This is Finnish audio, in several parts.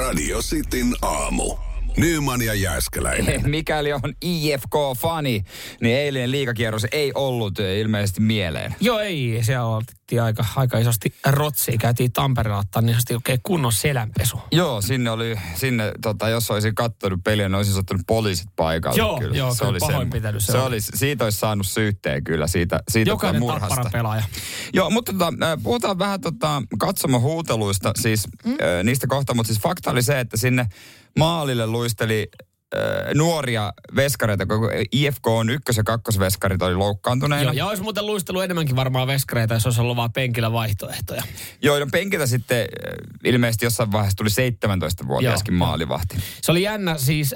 Radio Cityn aamu. Nyman ja Jääskeläinen. Mikäli on IFK-fani, niin eilinen liigakierros ei ollut ilmeisesti mieleen. Joo, ei. Siellä otettiin aika isosti rotsia. Käytiin Tampereella ottaa niin oikein kunnon selänpesu. Joo, sinne jos olisin katsonut peliä, niin olisin ottanut poliisit paikalle. Joo, se oli pahoinpitely. Siitä olisi saanut syytteen kyllä, siitä jokainen murhasta. Tapparan pelaaja. Joo, mutta puhutaan vähän katsomohuuteluista, siis niistä kohta, mutta siis fakta oli se, että sinne maalille luisteli nuoria veskareita, kun IFK on ykkös- ja kakkosveskarit oli loukkaantuneena. Joo, ja olisi muuten luistellut enemmänkin varmaan veskareita, jos olisi ollut vaan penkillä vaihtoehtoja. Joo, no penkiltä sitten ilmeisesti jossain vaiheessa tuli 17-vuotiaskin maalivahti. Se oli jännä siis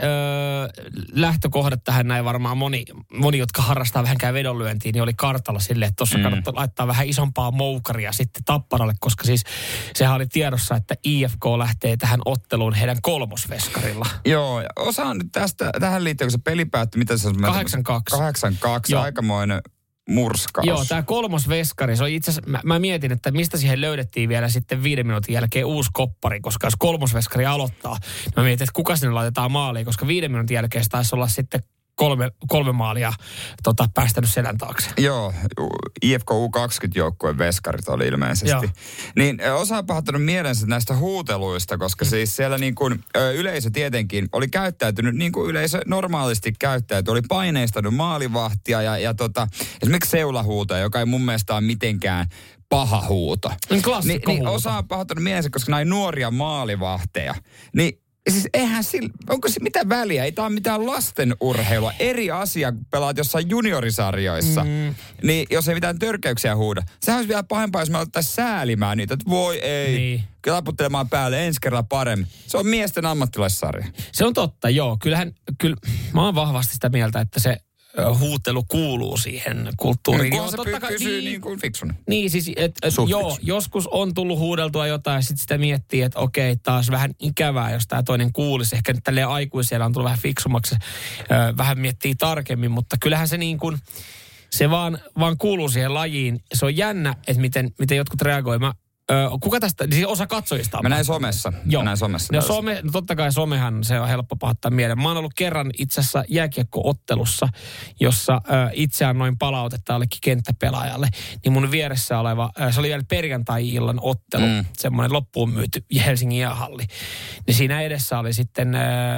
lähtökohdat tähän näin varmaan moni, jotka harrastaa vähänkään vedonlyöntiin, niin oli kartalla silleen, että tuossa kannattaa laittaa vähän isompaa moukaria sitten Tapparalle, koska siis sehän oli tiedossa, että IFK lähtee tähän otteluun heidän kolmosveskarilla. Joo, ja osaan nyt tähän liittyen, kun se peli päättyi, mitä se on? 8-2. 8-2, aikamoinen murskaus. Joo, tämä kolmosveskari, se on itse asiassa, mä mietin, että mistä siihen löydettiin vielä sitten 5 minuutin jälkeen uusi koppari, koska jos kolmosveskari aloittaa, niin mä mietin, että kuka sinne laitetaan maaliin, koska 5 minuutin jälkeen se taisi olla sitten kolme maalia päästänyt selän taakse. Joo, IFK U20-joukkueen veskarit oli ilmeisesti. Joo. Niin osa on pahoittanut mielensä näistä huuteluista, koska siis siellä niin kuin yleisö tietenkin oli käyttäytynyt niin kuin yleisö normaalisti käyttäytyy. Oli paineistanut maalivahtia ja esimerkiksi seulahuutoja, joka ei mun mielestä ole mitenkään paha huuto. Niin osa on pahoittanut mielensä, koska näin nuoria maalivahteja. Niin siis onko se mitään väliä? Ei tämä ole mitään lasten urheilua. Eri asia, kun pelaat jossain juniorisarjoissa. Niin jos ei mitään törkeyksiä huuda. Sehän olisi vielä pahempaa, jos me alettaisiin säälimään niitä. Että voi ei. Niin. Laputtelemaan päälle ensi kerralla paremmin. Se on miesten ammattilaissarja. Se on totta, joo. Kyllä mä oon vahvasti sitä mieltä, että se huutelu kuuluu siihen kulttuuriin. Kunhan se pysyy niin kuin fiksuna. Niin siis, joo, joskus on tullut huudeltua jotain ja sitten sitä miettii, että okei, taas vähän ikävää, jos tämä toinen kuulisi. Ehkä nyt tälleen aikuisella on tullut vähän fiksummaksi, vähän miettii tarkemmin, mutta kyllähän se niin kuin, se vaan kuuluu siihen lajiin. Se on jännä, että miten jotkut reagoi. Kuka tästä, siis osa katsojista? Mä näin somessa. Joo. Totta kai somehan se on helppo pahoittaa mieleen. Mä oon ollut kerran itse asiassa jääkiekko-ottelussa, jossa itse annoin palautetta jollekin kenttäpelaajalle. Niin mun vieressä oleva, se oli vielä perjantai-illan ottelu, semmoinen loppuun myyty Helsingin jäähalli. Niin siinä edessä oli sitten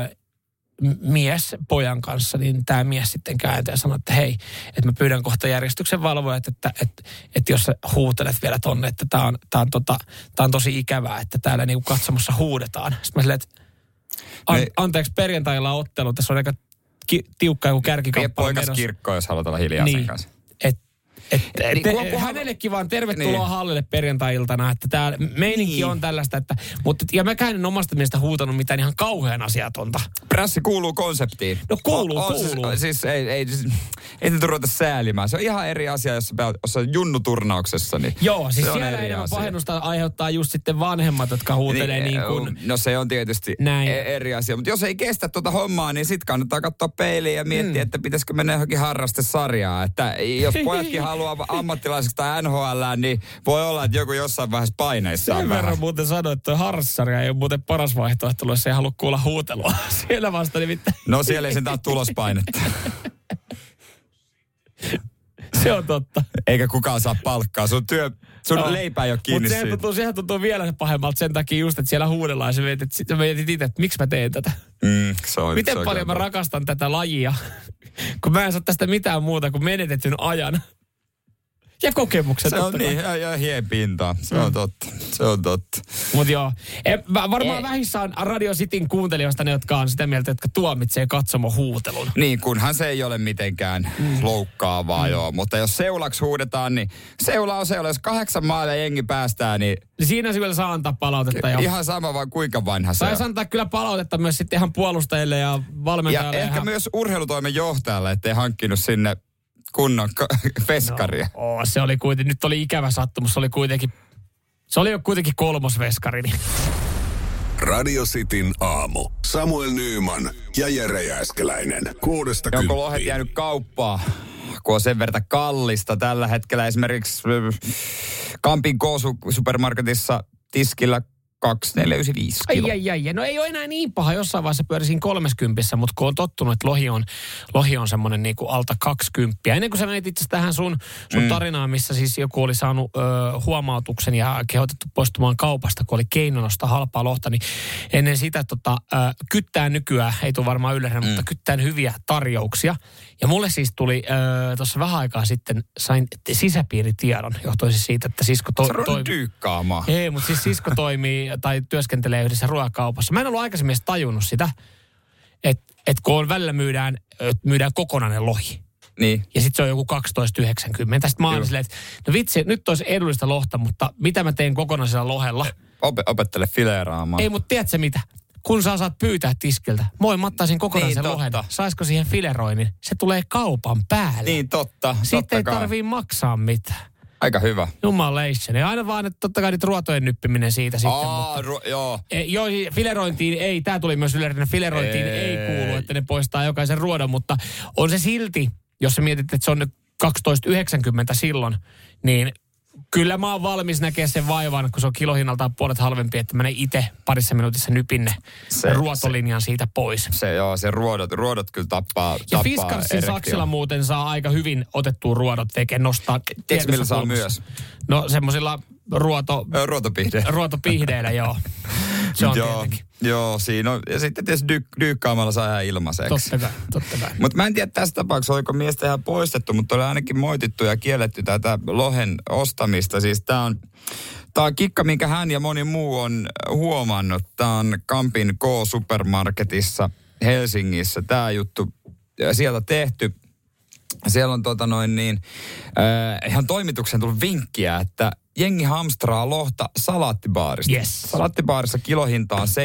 mies pojan kanssa, niin tämä mies sitten kääntyi ja sanoi, että hei, että mä pyydän kohta järjestyksen valvojat, että jos sä huutelet vielä tonne, että tää on tosi ikävää, että täällä niinku katsomossa huudetaan. Sitten mä silleen, että anteeksi, perjantailla ottelu, tässä on aika tiukka joku kärkikappale. Vie poikas kirkkoon, jos haluat olla hiljaa sen kanssa. Hänellekin vaan tervetuloa hallille perjantai-iltana, että tää meininki on tällaista, ja mäkään en omasta mielestä huutanut mitään ihan kauhean asiatonta. Prässi kuuluu konseptiin. No kuuluu. Siis ei tätä ruveta säälimään. Se on ihan eri asia, jos on junnuturnauksessa. Niin joo, siis siellä enemmän pahennusta aiheuttaa just sitten vanhemmat, jotka huutelee niin kuin. No se on tietysti eri asia, mutta jos ei kestä tuota hommaa, niin sit kannattaa katsoa peiliin ja miettiä, että pitäisikö mennä johonkin harrastesarjaan. Että jos pojatkin haluaa ammattilaiseksi tai NHL:ään, niin voi olla, että joku jossain vaiheessa paineissa on sen verran muuten sanoin, että toi harrassarja ei ole muuten paras vaihtoehto, jos ei halua kuulla huutelua. Siellä vasta nimittäin. No siellä ei sentään tulospainetta. Se on totta. Eikä kukaan saa palkkaa. Sun leipä ei ole kiinni siitä. Mutta sehän tuntuu vielä pahemmalta sen takia just, että siellä huudellaan. Ja sä mietit itse, että miksi mä teen tätä. Miten paljon mä rakastan tätä lajia, kun mä en saa tästä mitään muuta kuin menetetyn ajan. Ja kokemukset. Se on niin, ja hiepintaa. Se on totta. Mutta joo, varmaan vähissä on Radio Cityn kuuntelijoista ne, jotka on sitä mieltä, jotka tuomitsee katsomohuutelun. Niin, kunhan se ei ole mitenkään loukkaavaa, joo. Mutta jos seulaksi huudetaan, niin seula on seula. Jos 8 maalia jengi päästään, niin siinä se kyllä saa antaa palautetta. Ihan sama vaan kuinka vanha se on. Saisi antaa kyllä palautetta myös sitten ihan puolustajille ja valmentajalle. Ja ehkä myös urheilutoimen johtajalle, ettei hankkinut sinne kunnon veskaria. No, se oli kuitenkin, nyt oli ikävä sattumus, se oli kuitenkin kolmosveskari. Radio Cityn aamu. Samuel Nyman ja Jere Jääskeläinen. 6-10. Onko lohet jäänyt kauppaa, kun on sen verran kallista tällä hetkellä? Esimerkiksi Kampin K-supermarketissa tiskillä 2,495 kiloa. Ai. No ei ole enää niin paha. Jossain vaiheessa pyörisin 30, mutta kun on tottunut, että lohi on semmoinen niinku alta 20. Ennen kuin sä menit itse tähän sun tarinaan, missä siis joku oli saanut huomautuksen ja kehotettu poistumaan kaupasta, kun oli keinona ostaa halpaa lohta, niin ennen sitä kyttään nykyään, ei tule varmaan ylläinen, mutta kyttään hyviä tarjouksia. Ja mulle siis tuli tuossa vähän aikaa sitten, sain sisäpiiritiedon, johtuisi siitä, että sisko dyykkaamaan. Ei, mutta siis sisko toimii tai työskentelee yhdessä ruokakaupassa. Mä en ollut aikaisemmin edes tajunnut sitä, että kun välillä myydään kokonainen lohi. Niin. Ja sitten se on joku 12,90. Sitten mä olin silleen, että no vitsi, nyt olisi edullista lohta, mutta mitä mä teen kokonaisella lohella? Opettele fileeraamaan. Ei, mutta tiedätkö mitä? Kun sä saat pyytää tiskiltä, moi mä ottaisin kokonaisen lohen, saisiko siihen fileroinnin? Se tulee kaupan päälle. Niin, totta. Sitten ei tarvii maksaa mitään. Aika hyvä. Jumalation. Ja aina vaan, että totta kai niitä ruotojen nyppiminen siitä sitten. Joo. Joo, filerointiin ei, tää tuli myös yleinen, filerointiin ei kuulu, että ne poistaa jokaisen ruodon, mutta on se silti, jos sä mietit, että se on nyt 12,90 silloin, niin kyllä mä oon valmis näkemään sen vaivan, kun se on kilohinnaltaan puolet halvempi, että mä itse parissa minuutissa nypinne ruotolinjan siitä pois. Se ruodot kyllä tappaa ja Fiskarsin saksilla muuten saa aika hyvin otettua ruodot nostaa. Tiedätkö millä saa myös? No semmosilla ruotopihdeillä, joo. Se on tietenkin. Joo, siinä on. Ja sitten tietysti dyykkaamalla saa ihan ilmaiseksi. Totta kai. Mutta mä en tiedä tässä tapauksessa, oliko miestä ihan poistettu, mutta oli ainakin moitittu ja kielletty tätä lohen ostamista. Siis tää on kikka, minkä hän ja moni muu on huomannut. Tää on Kampin K-supermarketissa Helsingissä. Tää juttu sieltä tehty. Siellä on ihan toimituksen tullut vinkkiä, että jengi hamstraa lohta salaattibaarista. Yes. Salaattibaarissa kilohinta on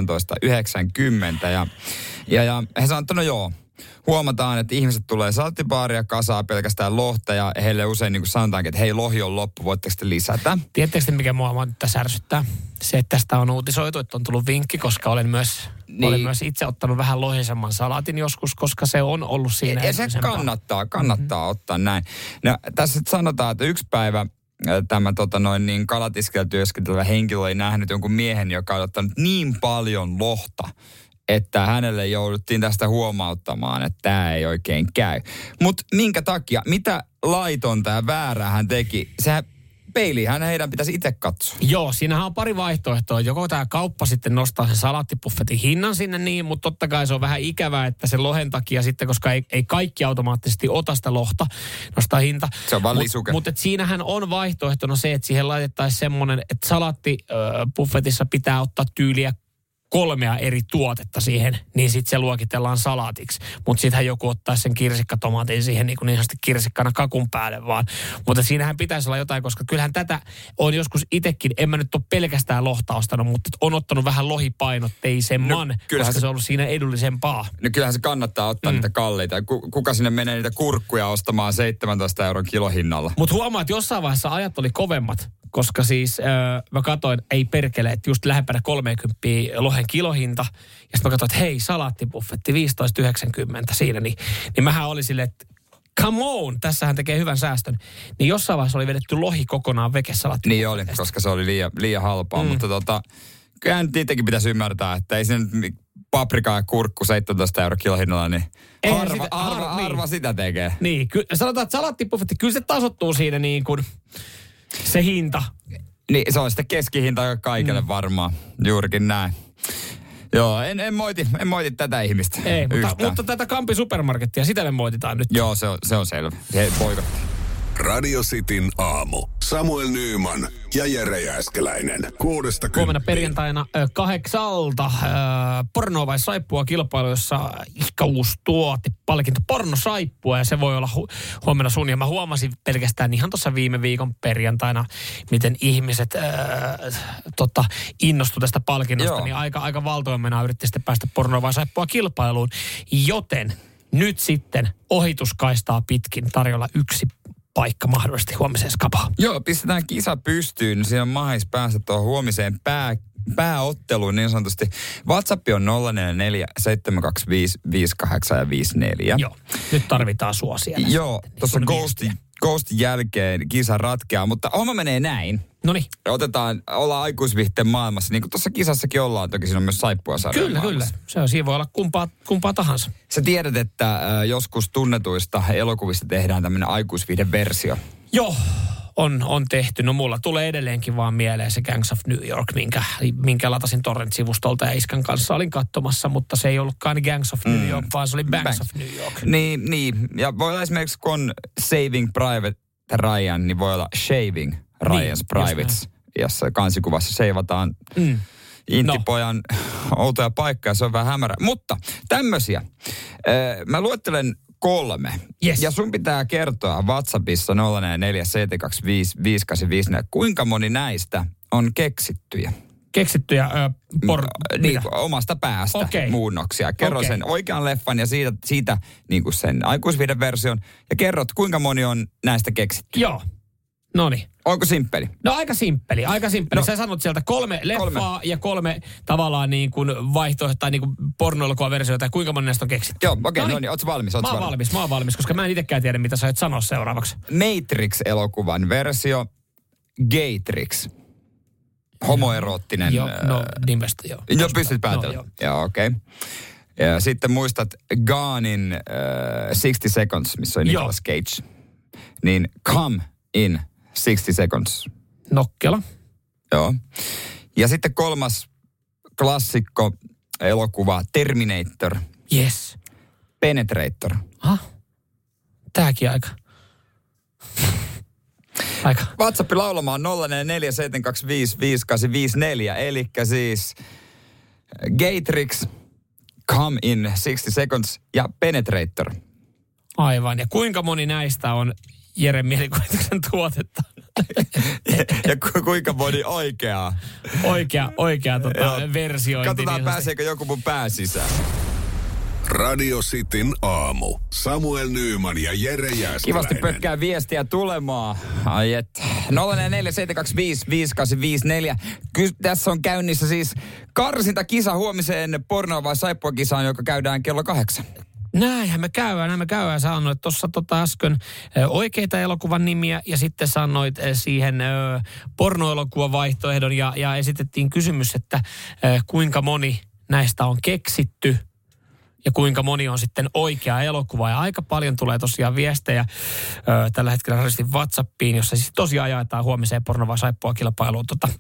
17,90 ja he sanoo, että no joo, huomataan, että ihmiset tulee salttibaaria kasaa pelkästään lohta ja heille usein niin kuin sanotaankin, että hei, lohi on loppu, voitteko te lisätä? Tiedättekö mikä mua tässä ärsyttää? Se, että tästä on uutisoitu, että on tullut vinkki, koska olen myös itse ottanut vähän lohisemman salaatin joskus, koska se on ollut siinä. Ja se kannattaa ottaa näin. No, tässä sanotaan, että yksi päivä tämä kalatiskellä työskentelevä henkilö oli nähnyt jonkun miehen, joka on ottanut niin paljon lohta, että hänelle jouduttiin tästä huomauttamaan, että tämä ei oikein käy. Mutta minkä takia? Mitä laitonta ja väärää hän teki? Sehän peiliinhän heidän pitäisi itse katsoa. Joo, siinähän on pari vaihtoehtoa. Joko tämä kauppa sitten nostaa sen salaattipuffetin hinnan sinne niin, mutta totta kai se on vähän ikävää, että sen lohen takia sitten, koska ei kaikki automaattisesti ota sitä lohta, nostaa hinta. Se on vaan lisuke. Mutta siinähän on vaihtoehtona se, että siihen laitettaisiin semmoinen, että salaattipuffetissa pitää ottaa tyyliä 3 eri tuotetta siihen, niin sitten se luokitellaan salaatiksi. Mutta sittenhän joku ottaa sen kirsikkatomaatin siihen niin sanotusti kirsikkana kakun päälle vaan. Mutta siinähän pitäisi olla jotain, koska kyllähän tätä on joskus itsekin, en mä nyt ole pelkästään lohta ostanut, mutta on ottanut vähän lohipainotteisemman, koska se on ollut siinä edullisempaa. No kyllähän se kannattaa ottaa niitä kalliita. Kuka sinne menee niitä kurkkuja ostamaan 17 € kilohinnalla? Mutta huomaa, että jossain vaiheessa ajat oli kovemmat. Koska siis mä katsoin, ei perkele, että just lähempänä 30 lohen kilohinta. Ja sitten mä katsoin, että hei, salaattibuffetti 15,90 siinä. Niin mähän oli silleen, että come on, tässähän tekee hyvän säästön. Niin jossain vaiheessa oli vedetty lohi kokonaan vekesalaattibuffetista. Niin oli, koska se oli liian halpaa. Mutta kyllä nyt itsekin pitäisi ymmärtää, että ei se nyt paprika ja kurkku 17 € kilohinnalla, niin harva sitä tekee. Niin, sanotaan, että salaattibuffetti, kyllä se tasottuu siinä niin kuin se hinta. Niin, se on sitten keskihinta kaikille varmaan. Juurikin näin. Joo, en moiti tätä ihmistä. Ei, mutta tätä Kampi supermarkettia, sitä me moititaan nyt. Joo, se on selvä. Se poikotti. Radio Cityn aamu. Samuel Nyyman ja Jere Jääskeläinen. 6-10. Huomenna perjantaina 8 pornoa vai saippua kilpailu, jossa ehkä uusi tuotepalkinto pornosaippua ja se voi olla huomenna sun. Ja mä huomasin pelkästään ihan tuossa viime viikon perjantaina, miten ihmiset innostu tästä palkinnosta. Joo. Niin aika valtoimena yritti sitten päästä pornoa vai saippua kilpailuun. Joten nyt sitten ohituskaistaa pitkin tarjolla yksi paikka mahdollisesti huomiseen skapaan. Joo, pistetään kisa pystyyn. Siinä on mahis päästä tuohon huomiseen pääotteluun niin sanotusti. WhatsApp on 044 725 5854. Joo, nyt tarvitaan suosia. Joo, tuossa Ghostin jälkeen kisa ratkeaa, mutta homma menee näin. Noniin. Ollaan aikuisviihteen maailmassa, niin kuin tuossa kisassakin ollaan, toki siinä on myös saippua sarjaa. Kyllä. Siinä voi olla kumpaa tahansa. Sä tiedät, että joskus tunnetuista elokuvista tehdään tämmöinen aikuisviihdeversio. Joo, on tehty. No mulla tulee edelleenkin vaan mieleen se Gangs of New York, minkä latasin Torrent-sivustolta ja Iskan kanssa olin katsomassa, mutta se ei ollutkaan Gangs of New York, vaan se oli Banks of New York. Niin. Ja voi olla esimerkiksi, kun on Saving Private Ryan, niin voi olla Shaving Ryan's Privates, jossa kansikuvassa seivataan intipojan outoja paikkaa, se on vähän hämärä. Mutta tämmöisiä. Mä luettelen 3. Yes. Ja sun pitää kertoa WhatsAppissa 047255854, kuinka moni näistä on keksittyjä. Keksittyjä niin, omasta päästä muunnoksia. Kerro sen oikean leffan ja siitä niin kuin sen aikuisviiden version. Ja kerrot, kuinka moni on näistä keksitty. Joo. Noniin. Onko simppeli? No aika simppeli. No. Sä sanot sieltä 3 leffaa ja 3 tavallaan niin kuin vaihtoehtoja tai niin kuin pornoelokuvaversioita ja kuinka moni näistä on keksitty. Joo, okei, no niin, ootko valmis? Mä oon valmis, koska mä en itsekään tiedä, mitä sä oot sanoa seuraavaksi. Matrix-elokuvan versio, Gatrix. Homoeroottinen. Joo, nimestä joo. Joo, pystyt päätellä. Joo, okei. Ja sitten muistat Ganein 60 Seconds, missä on Nicolas Cage. Niin Come in 60 Seconds. Nokkela. Joo. Ja sitten 3. klassikko elokuva Terminator. Yes. Penetrator. Tääkin aika. WhatsApp laulamaan 047255854, elikkä siis Gatrix, Come in 60 Seconds ja Penetrator. Aivan. Ja kuinka moni näistä on Jeren mielikuvituksen tuotetta? Ja kuinka moni oikeaa? Oikea versiointi. Katsotaan, pääseekö joku mun pää sisään. Radio Cityn aamu. Samuel Nyyman ja Jere Jääskeläinen. Kivasti pökkää viestiä tulemaan. Ai et. 047255854. Tässä on käynnissä siis karsintakisa huomiseen pornoa vai saippua kisaan, joka käydään kello 8. Näinhän me käydään. Sä annoit tuossa äsken oikeita elokuvan nimiä ja sitten sanoit siihen pornoelokuvan vaihtoehdon ja esitettiin kysymys, että kuinka moni näistä on keksitty ja kuinka moni on sitten oikea elokuva. Ja aika paljon tulee tosiaan viestejä tällä hetkellä WhatsAppiin, jossa siis tosiaan jaetaan huomiseen porno vai saippua kilpailuun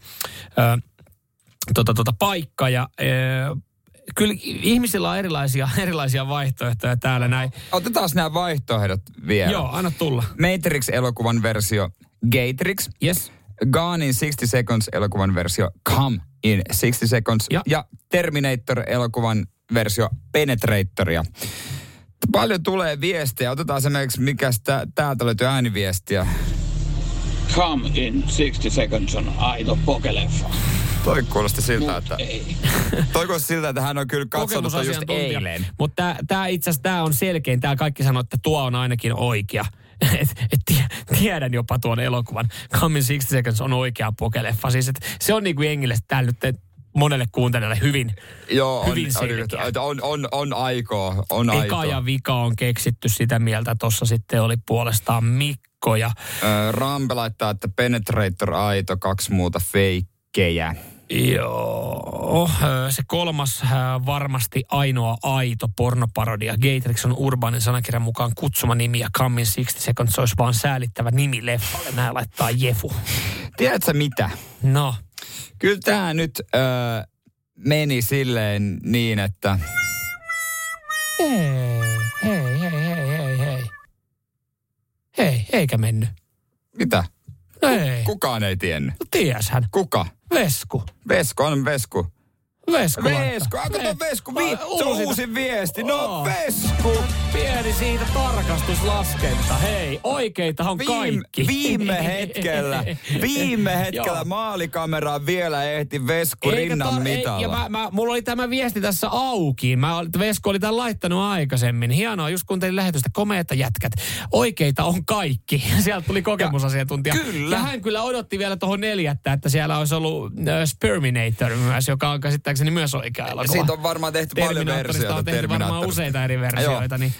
paikka ja kyllä ihmisillä on erilaisia vaihtoehtoja täällä näin. Otetaan nämä vaihtoehdot vielä. Joo, anna tulla. Matrix-elokuvan versio Gatrix. Yes. Ganein 60 Seconds-elokuvan versio Come in 60 Seconds. Ja Terminator-elokuvan versio Penetratoria. Paljon tulee viestejä. Otetaan esimerkiksi, mikä täältä löytyy ääniviestiä. Come in 60 Seconds on aito pokeleffa. Toi kuulosti siltä, että hän on kyllä katsonut just eilen. Mutta tämä itse asiassa tää on selkein. Tää kaikki sanoo, että tuo on ainakin oikea. Tiedän jopa tuon elokuvan. Come in 60 Seconds on oikea pokeleffa. Siis, se on niin kuin jengille täällä nyt monelle kuuntelijalle hyvin selkeä. On aikoa. Eka ja vika on keksitty sitä mieltä. Tuossa sitten oli puolestaan Mikko ja Rampe laittaa, että Penetrator aito, 2 muuta feikkejä. Joo, se 3 varmasti ainoa aito pornoparodia. Gatrix on Urbanin sanakirjan mukaan kutsuma nimi ja Come in 60 Seconds olisi vaan säälittävä nimi leffalle. Näin laittaa Jefu. Tiedätkö mitä? No. Kyllä tämä nyt meni silleen niin, että Hei, eikä mennyt. Mitä? Ei. Kukaan ei tiennyt. No tieshän. Kuka? Vesku. Vesku. Vesku. Kato Vesku. Se on uusi viesti. No Vesku. Pieni siitä tarkastuslaskenta. Hei, oikeita on kaikki. Viime hetkellä maalikameraan vielä ehti Vesku rinnan mitalla. Mulla oli tämä viesti tässä auki. Vesku oli tämän laittanut aikaisemmin. Hienoa, just kun tein lähetystä komeita jätkät. Oikeita on kaikki. Sieltä tuli kokemusasiantuntija. Kyllä. Ja hän kyllä odotti vielä tuohon 4, että siellä olisi ollut Sperminator myös, joka on käsittääkseni myös oikea elokuva. Siitä on varmaan tehty paljon versioita. On tehty varmaan useita eri versioita. Niin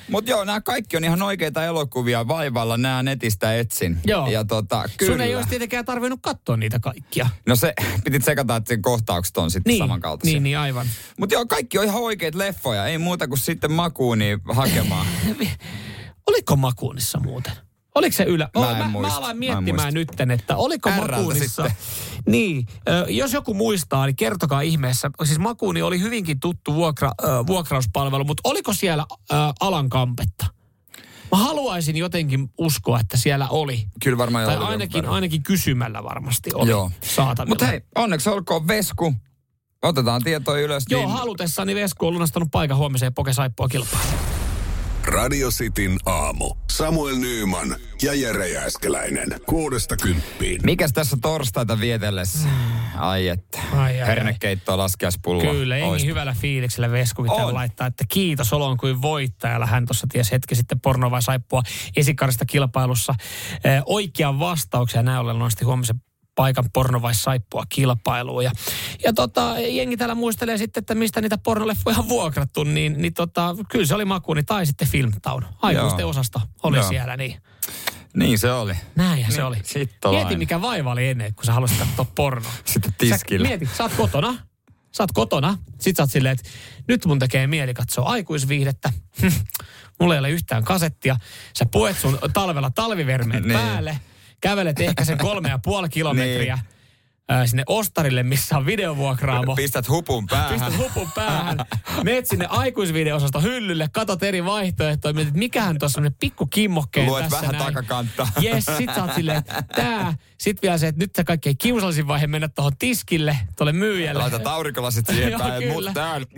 Mutta joo, nämä kaikki on ihan oikeita elokuvia. Vaivalla nämä netistä etsin. Joo. Ja kyllä. Sun ei olisi tietenkään tarvinnut katsoa niitä kaikkia. No se, pitit sekata, että sen kohtaukset on sitten samankaltaisia. Niin, aivan. Mutta joo, kaikki on ihan oikeita leffoja. Ei muuta kuin sitten Makuuni hakemaan. Oliko Makuunissa muuten? Oliko se mä aloin miettimään nytten, että oliko Makuunissa. Niin, jos joku muistaa, niin kertokaa ihmeessä. Siis Makuuni oli hyvinkin tuttu vuokrauspalvelu, mutta oliko siellä Alan Kampetta? Mä haluaisin jotenkin uskoa, että siellä oli. Kyllä varmaan tai ainakin kysymällä varmasti oli saatavilla. Mutta hei, onneksi olkoon Vesku. Otetaan tietoa ylös. Joo, halutessani Vesku on lunastanut paikan huomiseen Poke Saippua kilpailuun. Radio Cityn aamu. Samuel Nyyman ja Jere Jääskeläinen. 6–10. Mikäs tässä torstaita vietellessä? Ai että. Hernekeittoa laskiaispulloa. Kyllä, ei hyvällä fiiliksellä Veskukin täällä laittaa, että kiitos olon kuin voittajalla. Hän tuossa ties hetki sitten Porno vai Saippua esikarista kilpailussa. Oikean vastauksia näin ollen nosti huomisen paikan Porno vai Saippua kilpailuun. Ja jengi täällä muistelee sitten, että mistä niitä pornoleffoja on vuokrattu, niin kyllä se oli Makuuni tai sitten Filmtown. Aikuisten osasto oli siellä, niin. Niin se oli. Näinhän se oli. Mieti, mikä vaiva oli ennen, kun sä halusit katsoa pornoa. Sitten tiskillä. Mieti, sä oot kotona. Sit sä oot silleen, että nyt mun tekee mieli katsoa aikuisviihdettä. Mulla ei ole yhtään kasettia. Sä puet sun talvella talvivermeet päälle. Kävelet ehkä sen 3,5 kilometriä sinne ostarille, missä on videovuokraamo. Pistät hupun päähän. Meet sinne aikuisvideosaston hyllylle, katot eri vaihtoehtoja, mietit, että mikähän tuossa on pikku kimmokkeen luet tässä vähän näin. Takakantaa. Jes, sit sä oot silleen, sit vielä se, että nyt se kaikkein kiusallisin vaihe mennä tuohon tiskille, tuolle myyjälle. Laitat aurinkolasit siihen päin, mutta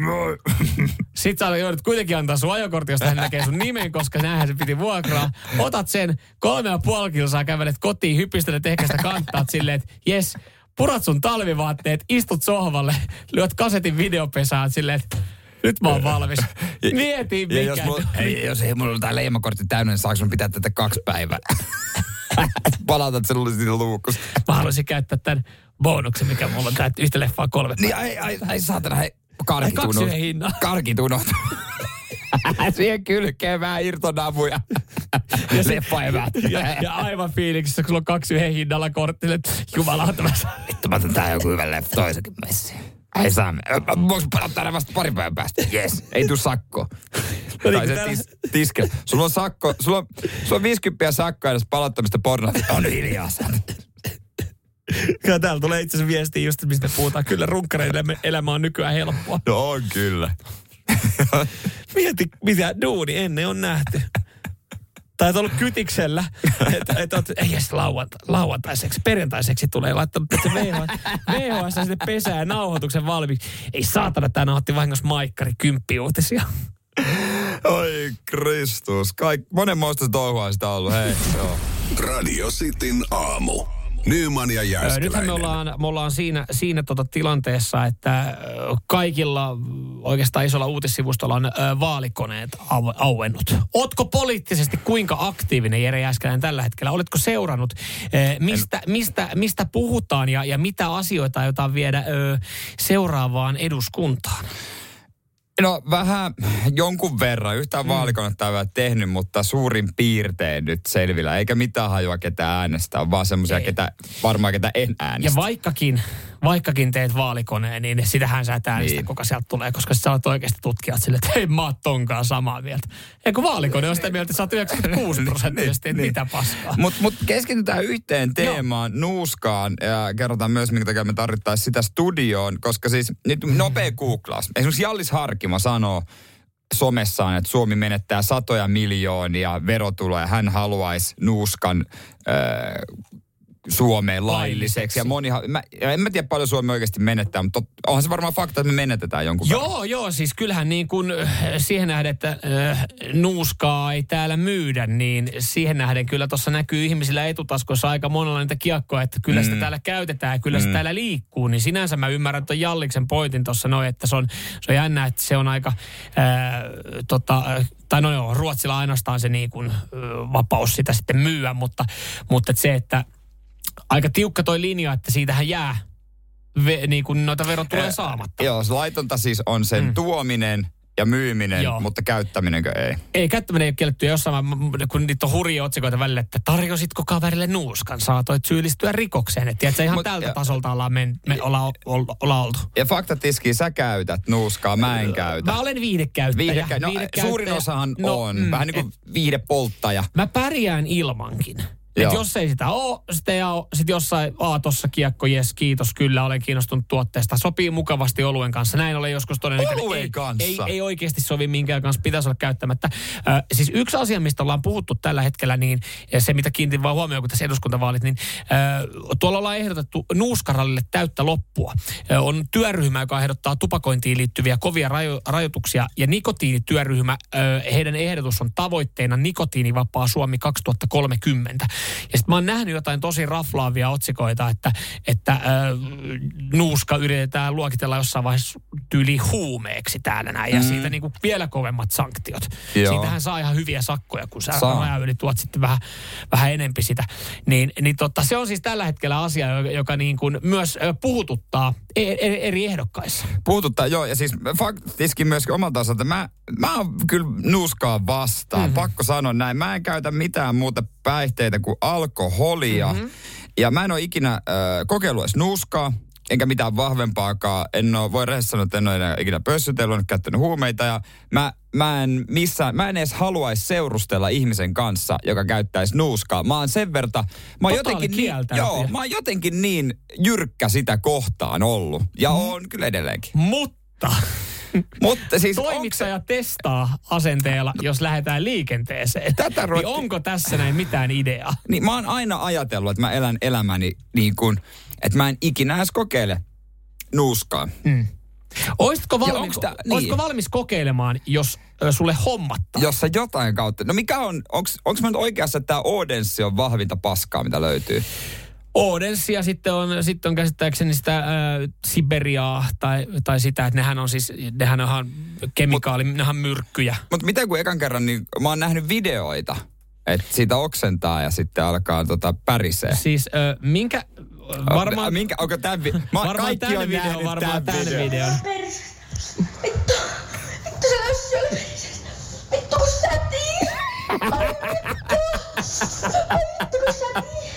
sit sä joudut kuitenkin antaa sun ajokortti, josta hän näkee sun nimen, koska näähän se piti vuokraa. Otat sen 3,5 kilsaa, kävelet kotiin, hypistelet ehkä sitä kanttaat silleen, että jes, purat sun talvivaatteet, istut sohvalle, lyöt kasetin videopesään silleen, että nyt mä oon valmis. Mieti mikä. Jos ei mulla ole tää leimakortti täynnä, niin saanko mun pitää tätä 2 päivää? Palautat sen siitä luukusta. Mä haluaisin käyttää tämän bonuksen, mikä mulla on tää yhtä leffaa 3 päivää. Niin ai saatana, hei. Karkit unohtu. Siihen kylkeen vähän irtonavuja. Leffaeväät. Ja aivan fiiliksissä, kun sulla on 2 yhden hinnalla korttille, että jumalauta mä saan. Vittu, mä otan tää joku hyvä leffa toisenkin messiin. Ei saa. Voinko palauttaa ne vasta 2 päivän päästä? Jes, ei tuu sakkoa. Tai se tiskellä. Sulla on sakko, sulla on 50 sakkoa edes palauttamista pornoa. On hiljaa sen. Kyllä täällä tulee itse asiassa viestiä just, mistä puhutaan. Kyllä runkkareille elämä on nykyään helppoa. No on kyllä. Mieti, mitä duuni ennen on nähty. Tai et ollut kytiksellä, että ei edes lauantaiseksi, perjantaiseksi tulee laittanut se VHS sinne pesään ja nauhoituksen valmiiksi. Ei saatana, tää nauhoitti vahingossa Maikkari 10 uutisia. Oi Kristus, monenmoista touhua sitä ollut, hei. Joo. Radio Cityn aamu. Nyyman ja Jääskeläinen. Nythän me ollaan siinä tilanteessa, että kaikilla oikeastaan isolla uutissivustolla on vaalikoneet auennut. Ootko poliittisesti kuinka aktiivinen, Jere Jääskeläinen, tällä hetkellä? Oletko seurannut, mistä puhutaan ja mitä asioita aiotaan viedä seuraavaan eduskuntaan? No vähän jonkun verran. Yhtään vaalikonetta ei ole tehnyt, mutta suurin piirtein nyt selvillä. Eikä mitään hajua ketä äänestää, vaan semmoisia, ketä en äänestä. Ja vaikkakin teet vaalikoneen, niin sitähän sä et äänestä, kuka sieltä tulee, koska sä olet oikeasti tutkijat sille, että ei mä oot tonkaan samaa mieltä. Eikö vaalikone on sitä mieltä, että sä oot 96%, että mitä paskaa. Mutta keskitytään yhteen teemaan, nuuskaan, ja kerrotaan myös, minkä takia me tarvittaisiin sitä studioon, koska siis nyt nopea googlaus. Esimerkiksi Jallis Harkimo sanoo somessaan, että Suomi menettää 100 miljoonia verotuloja. Hän haluaisi nuuskan Suomeen lailliseksi. Ja en mä tiedä paljon Suomi oikeasti menettää, mutta onhan se varmaan fakta, että me menetetään jonkun verran. Joo, siis kyllähän niin kuin siihen nähden, että nuuskaa ei täällä myydä, niin siihen nähden kyllä tuossa näkyy ihmisillä etutaskuissa aika monella niitä kiekkoja, että kyllä sitä täällä käytetään ja kyllä se täällä liikkuu. Niin sinänsä mä ymmärrän tuon Jalliksen pointin tuossa noin, että se on jännä, että se on aika Ruotsilla ainoastaan se niin kuin vapaus sitä sitten myyä, mutta se, että aika tiukka toi linja, että siitähän jää niin kuin noita verotuloja saamatta. Joo, laitonta siis on sen tuominen ja myyminen, mutta käyttäminenkö ei? Ei, käyttäminen ei ole kielletty. Jossain, kun niitä on hurjia otsikoita välillä, että tarjositko kaverille nuuskan, saatoit syyllistyä rikokseen. Että tiedätkö, ihan tältä tasolta ollaan oltu. Ja faktatiski, sä käytät nuuskaa, mä en käytä. Mä olen viihdekäyttäjä. Suurin osahan on. Vähän niin kuin viihdepolttaja. Mä pärjään ilmankin. Että jos ei sitä ole, sitten jossain, tossa kiekko, jes, kiitos, kyllä, olen kiinnostunut tuotteesta. Sopii mukavasti oluen kanssa. Näin olen joskus todennut. Oluen kanssa? Ei oikeasti sovi minkään kanssa, pitäisi olla käyttämättä. Siis yksi asia, mistä ollaan puhuttu tällä hetkellä, niin ja se mitä kiinnitin vaan huomioon, kun tässä eduskuntavaalit, niin tuolla ollaan ehdotettu nuuskarallille täyttä loppua. On työryhmä, joka ehdottaa tupakointiin liittyviä kovia rajoituksia, ja nikotiinityöryhmä, heidän ehdotus on tavoitteena nikotiinivapaa Suomi 2030. Ja sitten mä oon nähnyt jotain tosi raflaavia otsikoita, että nuuska yritetään luokitella jossain vaiheessa tyyli huumeeksi täällä näin. Ja siitä niinku vielä kovemmat sanktiot. Joo. Siitähän saa ihan hyviä sakkoja, kun sä rajan yli tuot sitten vähän enempi sitä. Se on siis tällä hetkellä asia, joka niin kuin myös puhututtaa eri ehdokkaissa. Puhututtaa, joo. Ja siis faktiskin myöskin omalta osalta. Mä oon kyllä nuuskaa vastaan. Pakko sanoa näin. Mä en käytä mitään muuta päihteitä kuin alkoholia. Ja mä en ole ikinä kokeillut edes nuuskaa, enkä mitään vahvempaakaan. Voi rehellisesti sanoa, että en ole ikinä pössytellyt, käyttänyt huumeita. Ja mä en edes haluaisi seurustella ihmisen kanssa, joka käyttäisi nuuskaa. Mä oon sen verta, mä oon jotenkin niin jyrkkä sitä kohtaan ollut. Ja oon kyllä edelleenkin. Mutta siis toimittaja testaa asenteella, jos lähdetään liikenteeseen. Niin onko tässä näin mitään ideaa? Niin mä oon aina ajatellut, että mä elän elämäni niin kuin, että mä en ikinä edes kokeile nuuskaa. Olisitko valmis kokeilemaan, jos sulle hommattaa? Jos sä jotain kautta. No mikä onko mä nyt oikeassa, että tää Odenssi on vahvinta paskaa, mitä löytyy? Odenssi ja sitten on käsittääkseni sitä Siberiaa tai sitä, että nehän on ihan nehän myrkkyjä. Mutta miten kun ekan kerran, niin mä oon nähnyt videoita, että siitä oksentaa ja sitten alkaa pärisee. Siis minkä... Varmaan... Onko tämän varmaan tämän videon, varmaan tämän videon. Vittu se lössy oli perisestä. Vittu kun sätii. Vittu kun sätii.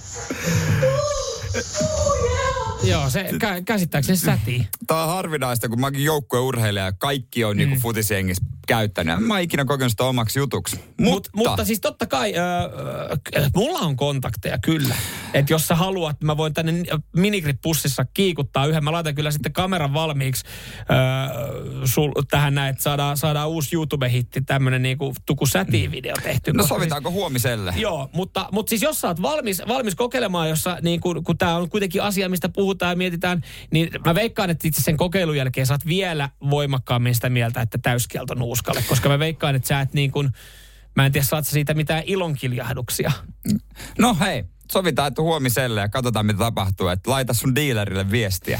Joo, se käsittääkseni sätii. Tämä on harvinaista, kun mä oonkin joukkueurheilija ja kaikki on niinku futisjengissä käyttänyt. Mä oon ikinä kokenut sitä omaksi jutuksi. Mutta siis totta kai, mulla on kontakteja kyllä. Että jos sä haluat, mä voin tänne minigrip-pussissa kiikuttaa yhden. Mä laitan kyllä sitten kameran valmiiksi tähän näin, että saadaan uusi YouTube-hitti, tämmönen niinku Tuku sätii-video tehty. No sovitaanko huomiselle? Joo, mutta siis jos sä oot valmis kokeilemaan, jossa niin kun tää on kuitenkin asia, mistä puhutaan ja mietitään, niin mä veikkaan, että itse sen kokeilun jälkeen sä oot vielä voimakkaammin sitä mieltä, että täyskielto nuuskalle, koska mä veikkaan, että sä et niin kuin, mä en tiedä, saat sä siitä mitään ilonkiljahduksia. No hei, sovitaan, että huomiselle ja katsotaan, mitä tapahtuu, että laita sun dealerille viestiä.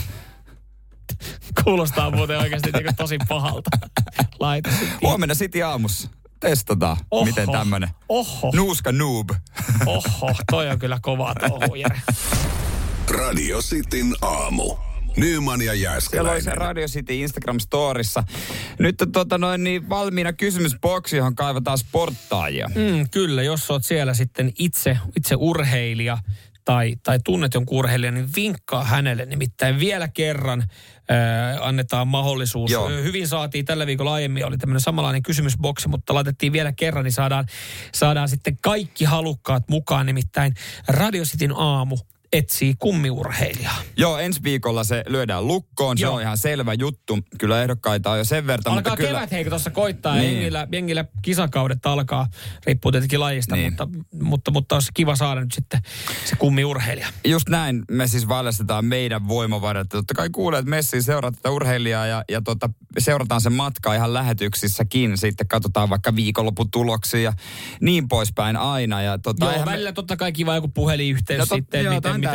Kuulostaa muuten oikeasti niin kuin tosi pahalta. Laita huomenna City aamussa. Testataan, miten tämmönen nuuska noob. Toi on kyllä kovaa touhua, Jere. Radio Cityn aamu. Nyman ja Jääskeläinen. Siellä oli se Radio City Instagram-storissa. Nyt niin valmiina kysymysboksi, johon kaivataan sporttaajia. Kyllä, jos oot siellä sitten itse urheilija tai tunnet jonkun urheilijan, niin vinkkaa hänelle. Nimittäin vielä kerran annetaan mahdollisuus. Joo. Hyvin saatiin tällä viikolla aiemmin, oli tämmöinen samanlainen kysymysboksi, mutta laitettiin vielä kerran, niin saadaan sitten kaikki halukkaat mukaan. Nimittäin Radio Cityn aamu etsii kummiurheilijaa. Joo, ensi viikolla se lyödään lukkoon. Se on ihan selvä juttu. Kyllä ehdokkaita on jo sen verran. Alkaa mutta kevät heikko tuossa koittaa. Niin. Jengillä kisakaudet alkaa. Riippuu tietenkin lajista, niin. mutta olisi kiva saada nyt sitten se kummiurheilija. Just näin. Me siis valjastetaan meidän voimavarat. Totta kai kuulee, että messiin seurataan tätä urheilijaa ja seurataan sen matkaa ihan lähetyksissäkin. Sitten katsotaan vaikka viikonloputuloksia ja niin poispäin aina. Ja välillä totta kai kiva joku puhelinyhteys sitten.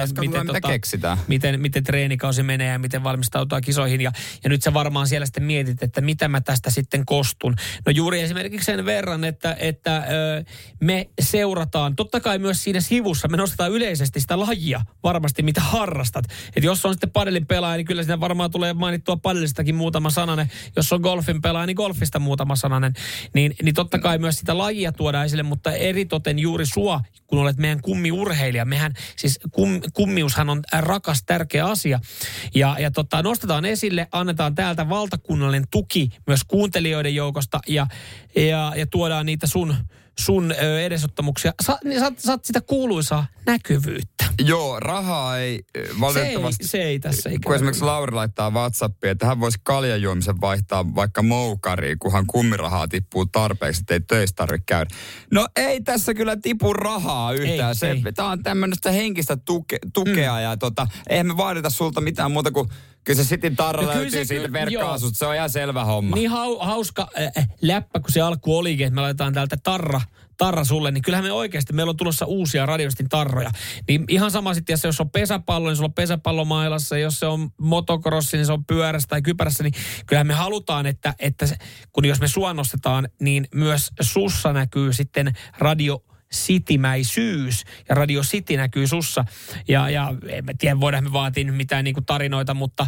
Miten treenikausi menee ja miten valmistautuu kisoihin. Ja nyt sä varmaan siellä sitten mietit, että mitä mä tästä sitten kostun. No juuri esimerkiksi sen verran, että me seurataan, totta kai myös siinä sivussa, me nostetaan yleisesti sitä lajia varmasti, mitä harrastat. Että jos on sitten padelin pelaaja, niin kyllä siinä varmaan tulee mainittua padelistakin muutama sananen. jos on golfin pelaaja, niin golfista muutama sananen. Niin totta kai myös sitä lajia tuodaan esille, mutta eritoten juuri sua, kun olet meidän kummiurheilija. Mehän, siis kummiushan on rakas, tärkeä asia. Ja nostetaan esille, annetaan täältä valtakunnallinen tuki myös kuuntelijoiden joukosta ja tuodaan niitä sun edesottamuksia. Saat sitä kuuluisaa näkyvyyttä. Joo, rahaa ei valitettavasti. Se ei tässä ikään. Kun esimerkiksi Lauri laittaa WhatsAppia, että hän voisi kaljajuomisen vaihtaa vaikka moukariin, kunhan kummirahaa tippuu tarpeeksi, että ei töissä tarvitse käydä. No ei tässä kyllä tipu rahaa yhtään. Tämä on tämmöistä henkistä tukea ja eihän me vaadita sulta mitään muuta kuin kyllä se Cityn tarra löytyy siitä verkkoasusta. Se on ihan selvä homma. Niin hauska läppä, kun se alku olikin, että me laitetaan täältä tarra sulle, niin kyllähän me oikeasti, meillä on tulossa uusia Radiostin tarroja. Niin ihan sama sitten, jos on pesäpallo, niin sulla on pesäpallomailassa, jos se on motocrossi, niin se on pyörässä tai kypärässä, niin kyllähän me halutaan, että kun jos me sua nostetaan, niin myös sussa näkyy sitten radio Citymäisyys ja Radio City näkyy sussa. Ja en tiedä, voidaan me vaatia nyt mitään niinku tarinoita, mutta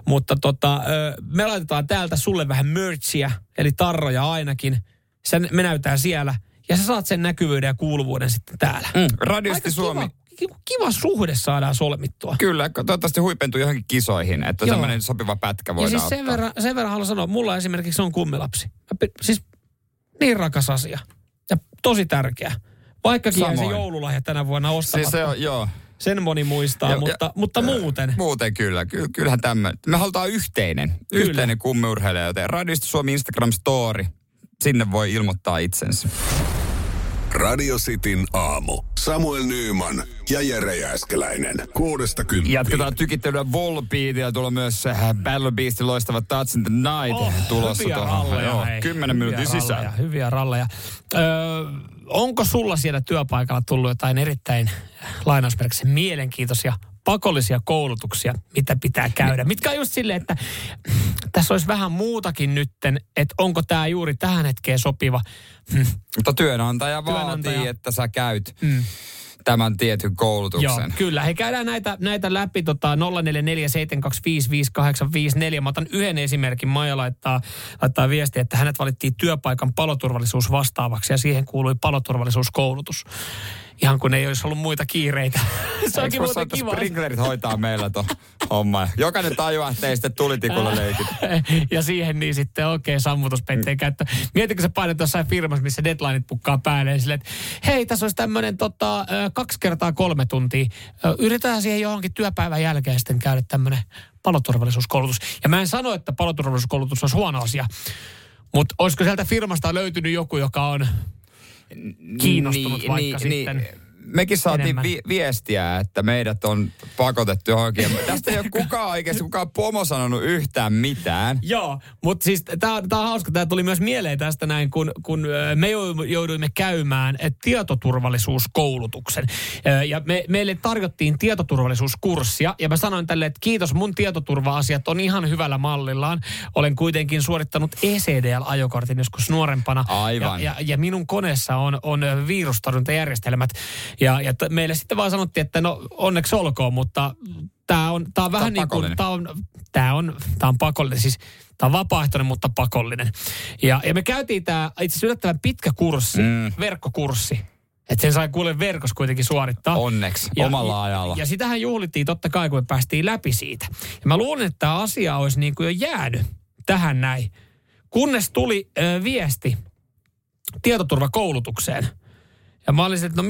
me laitetaan täältä sulle vähän merchia, eli tarroja ainakin. Me näytään siellä ja sä saat sen näkyvyyden ja kuuluvuuden sitten täällä. Radiosti Suomi. Kiva suhde saadaan solmittua. Kyllä, toivottavasti huipentuu johonkin kisoihin, että semmoinen sopiva pätkä voidaan ottaa. Ja siis sen verran haluan sanoa, mulla esimerkiksi on kummilapsi. Siis niin rakas asia ja tosi tärkeä. Vaikkakin jäi se joululahja tänä vuonna ostamatta. Siis se on, joo. Sen moni muistaa, mutta muuten. Muuten kyllä. Kyllähän tämmöinen. Me halutaan yhteinen kummiurheilija, joten Radiosti Suomi Instagram-story. Sinne voi ilmoittaa itsensä. Radio Cityn aamu. Samuel Nyyman ja Jere Jääskeläinen. 6-10. Jatketaan tykittelyä Volbeatilla. Tuolla myös Battle Beastin loistava Touch in the Night tulossa tuohon. 10 minuutin sisään. Hyviä ralleja. Onko sulla siellä työpaikalla tullut jotain erittäin lainausmerkissä mielenkiintoisia pakollisia koulutuksia, mitä pitää käydä? Mitkä on just silleen, että tässä olisi vähän muutakin nytten, että onko tämä juuri tähän hetkeen sopiva. Mutta työnantaja vaatii, että sä käyt tämän tietyn koulutuksen. Joo, kyllä. He käydään näitä läpi 0447255854. Mä otan yhden esimerkin. Maija laittaa viestiä, että hänet valittiin työpaikan paloturvallisuus vastaavaksi ja siihen kuului paloturvallisuuskoulutus. Ihan kun ei olisi ollut muita kiireitä. Se onkin muuten kiva. Sprinklerit hoitaa meillä tuon homma. Jokainen tajuaa, että ei sitten tulitikulla leikit. Ja siihen niin sitten sammutuspeitteen käyttö. Mietitkö sä painat jossain firmassa, missä deadlineit pukkaa päälle silleen, että hei, tässä olisi tämmöinen 2 kertaa 3 tuntia. Yritetään siihen johonkin työpäivän jälkeen sitten käydä tämmöinen paloturvallisuuskoulutus. Ja mä en sano, että paloturvallisuuskoulutus olisi huono asia. Mutta olisiko sieltä firmasta löytynyt joku, joka on kiinnostunut sitten. Mekin saatiin viestiä, että meidät on pakotettu johonkin. Tästä ei ole kukaan pomo sanonut yhtään mitään. Joo, mutta siis tämä on hauska. Tämä tuli myös mieleen tästä näin, kun me jouduimme käymään tietoturvallisuuskoulutuksen. Ja meille tarjottiin tietoturvallisuuskurssia. Ja mä sanoin tälle, että kiitos, mun tietoturva-asiat on ihan hyvällä mallillaan. Olen kuitenkin suorittanut ECDL-ajokortin joskus nuorempana. Aivan. Ja minun koneessa on virustorjuntajärjestelmät. Ja meille sitten vaan sanottiin, että no onneksi olkoon, mutta tämä on vähän niin kuin, tämä on pakollinen, siis tämä on vapaaehtoinen, mutta pakollinen. Ja me käytiin tämä itse asiassa yllättävän pitkä kurssi, verkkokurssi. Että sen sai kuule verkossa kuitenkin suorittaa. Onneksi, omalla ajalla. Ja sitähän juhlittiin totta kai, kun me päästiin läpi siitä. Ja mä luulen, että tämä asia olisi niin kuin jo jäänyt tähän näin. Kunnes tuli viesti tietoturvakoulutukseen. Ja mä olisin, että no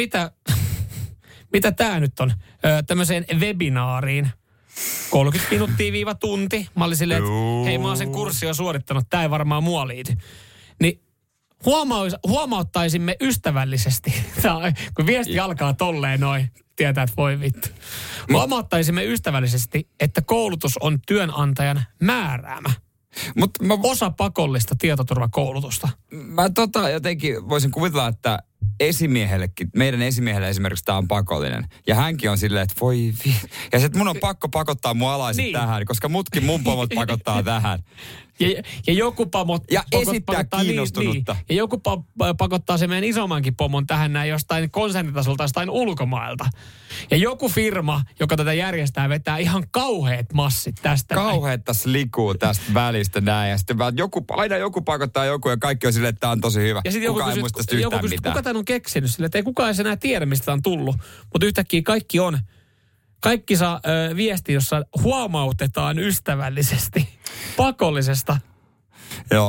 mitä tää nyt on? Tämmöiseen webinaariin. 30 minuuttia tunti. Mä olin silleen, että hei, mä oon sen kurssin jo suorittanut. Tää ei varmaan mua liity. Niin huomauttaisimme ystävällisesti. Kun viesti alkaa tolleen noin, tietää, että voi vittu. Huomauttaisimme ystävällisesti, että koulutus on työnantajan määräämä. Osa pakollista tietoturvakoulutusta. Mä jotenkin voisin kuvitella, että meidän esimiehelle esimerkiksi tämä on pakollinen. Ja hänkin on silleen, että ja sitten mun on pakko pakottaa mun alaiset tähän, koska mun pomot pakottaa tähän. Ja joku esittää kiinnostunutta. Niin. Ja joku pakottaa se meidän isommankin pomon tähän näin jostain konsernitasolta jostain ulkomailta. Ja joku firma, joka tätä järjestää, vetää ihan kauheat massit tästä. Kauheat tässä likuu tästä välistä näin. Ja sitten aina joku pakottaa joku ja kaikki on silleen, että tämä on tosi hyvä. Ja sitten joku kysyy, kuka tämän on keksinyt sille, että ei kukaan edes enää tiedä, mistä tämä on tullut. Mutta yhtäkkiä kaikki saa viesti, jossa huomautetaan ystävällisesti pakollisesta. Joo,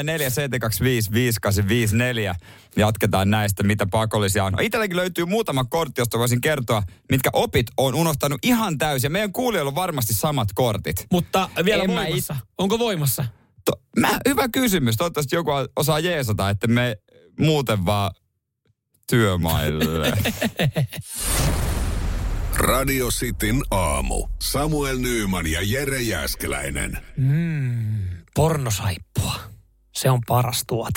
047255854. Jatketaan näistä, mitä pakollisia on. Itselläkin löytyy muutama kortti, josta voisin kertoa, mitkä opit on unohtanut ihan täysin. Meidän kuulijoilla on varmasti samat kortit. Mutta vielä voimassa. Onko voimassa? Hyvä kysymys. Toivottavasti joku osaa jeesata, että me muuten vaan työmaille. Radio Cityn aamu. Samuel Nyyman ja Jere Jääskeläinen. Pornosaippua. Se on paras tuote.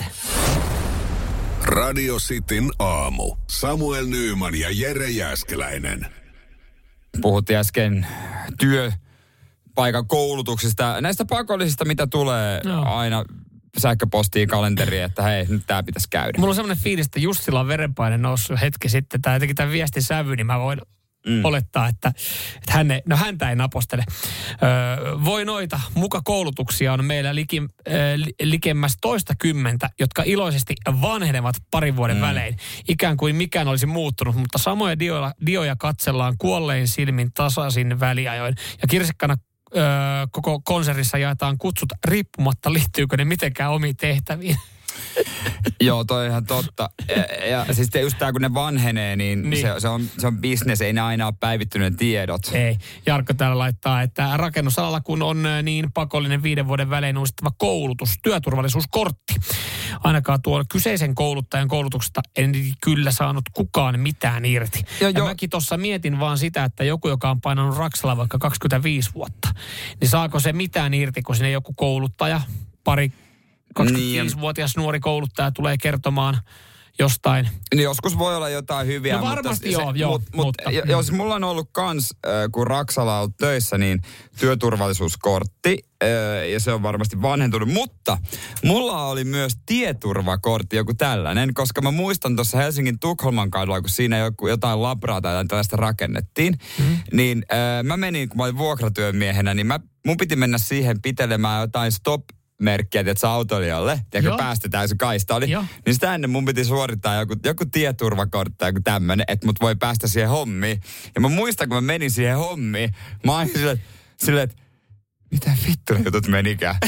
Radio Cityn aamu. Samuel Nyyman ja Jere Jääskeläinen. Puhuttiin äsken työpaikan koulutuksista. Näistä pakollisista, mitä tulee aina sähköpostiin, kalenteriin, että hei, nyt tää pitäisi käydä. Mulla on semmoinen fiilis, että just sillä on verenpaine noussut hetki sitten. Tai jotenkin tämän viestin sävy, niin mä voin olettaa, että häntä ei napostele. Voi noita muka-koulutuksia on meillä likemmäs 20, jotka iloisesti vanhenevat parin vuoden välein. Ikään kuin mikään olisi muuttunut, mutta samoja dioja katsellaan kuollein silmin tasaisin väliajoin. Ja kirsikkana koko konsernissa jaetaan kutsut riippumatta, liittyykö ne mitenkään omiin tehtäviin. Joo, toi on ihan totta. Ja siis just tää, kun ne vanhenee, niin. Se on business, ei ne aina ole päivittyneet tiedot. Ei. Jarkko täällä laittaa, että rakennusalalla kun on niin pakollinen 5 vuoden välein uusittava koulutus, työturvallisuuskortti. Ainakaan tuolla kyseisen kouluttajan koulutuksesta en kyllä saanut kukaan mitään irti. Ja mäkin tuossa mietin vaan sitä, että joku, joka on painanut Raksalla vaikka 25 vuotta, niin saako se mitään irti, kun sinne joku kouluttaja, 25-vuotias nuori kouluttaja tulee kertomaan jostain. Niin joskus voi olla jotain hyviä. No varmasti mutta. Jos mulla on ollut kans, kun Raksalla on ollut töissä, niin työturvallisuuskortti, ja se on varmasti vanhentunut. Mutta mulla oli myös tieturvakortti, joku tällainen, koska mä muistan tuossa Helsingin Tukholman kadulla, kun siinä jotain labraa tai tällaista rakennettiin, niin mä menin, kun mä olin vuokratyömiehenä, niin mun piti mennä siihen pitelemään jotain stop-merkkiä, että autoilijalle, tiedätkö, päästetään se kaista oli. Niin sitä ennen mun piti suorittaa joku tieturvakortti tai joku tämmönen, että mut voi päästä siihen hommiin. Ja mä muistan, kun mä menin siihen hommiin, mä olin silleen, että mitä vittu jutut menikään?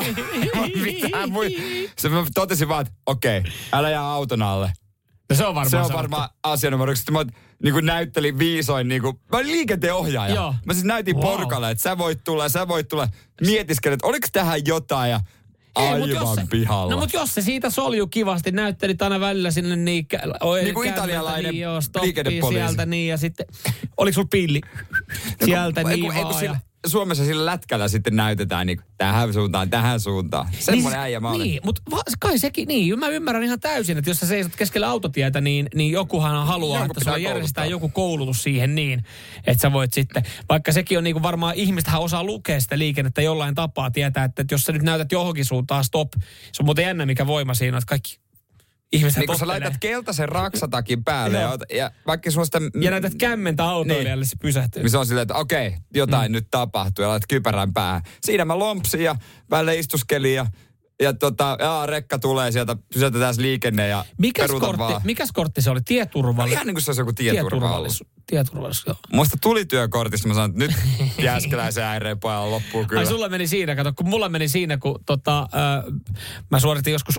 Mä totesin vaan, että okei, älä jää auton alle. No se on varmaan asia numero 1. Mä niin näyttelin viisoin, mä olin liikenteenohjaaja. Joo. Mä siis näytin porukalle, että sä voit tulla. Mietiskelin, että oliko tähän jotain ja aivan pihalla. No mutta jos se siitä soljuu kivasti, näyttelit aina välillä sinne niin kuin italialainen liikennepoliisi. Sieltä niin ja sitten, oliko sulla pilli? Sieltä Suomessa sillä lätkällä sitten näytetään niin tähän suuntaan. Semmoinen äijä mä olin. Niin, mutta kai sekin, niin. Mä ymmärrän ihan täysin, että jos sä seisot keskellä autotietä, niin jokuhan haluaa, että sulla järjestetään joku koulutus siihen niin, että sä voit sitten, vaikka sekin on niin kuin varmaan, ihmistähän osaa lukea sitä liikennettä jollain tapaa, tietää, että jos sä nyt näytät johonkin suuntaan stop, se on muuten jännä mikä voima siinä, että kaikki ihmiset niin kun sä laitat keltaisen raksatakin päälle ja vaikka sulla sitä... Ja näytät kämmentä autoilijalle, se pysähtyy. Niin se on silleen, että okei, jotain nyt tapahtuu ja laitat kypärän päähän. Siinä mä lompsin ja välillä istuskelin ja rekka tulee sieltä, pysäytetään liikenne ja peruutan vaan. Mikäs kortti se oli? Tieturvallisuus? Ihan niin kuin se olisi joku tieturvallisuus. Joo. Musta tuli työkortista, mä sanoin, että nyt Jääskeläisen äireen pojalla loppuu kyllä. Ai sulla meni siinä, kato, kun mulla meni siinä, kun mä suoritin joskus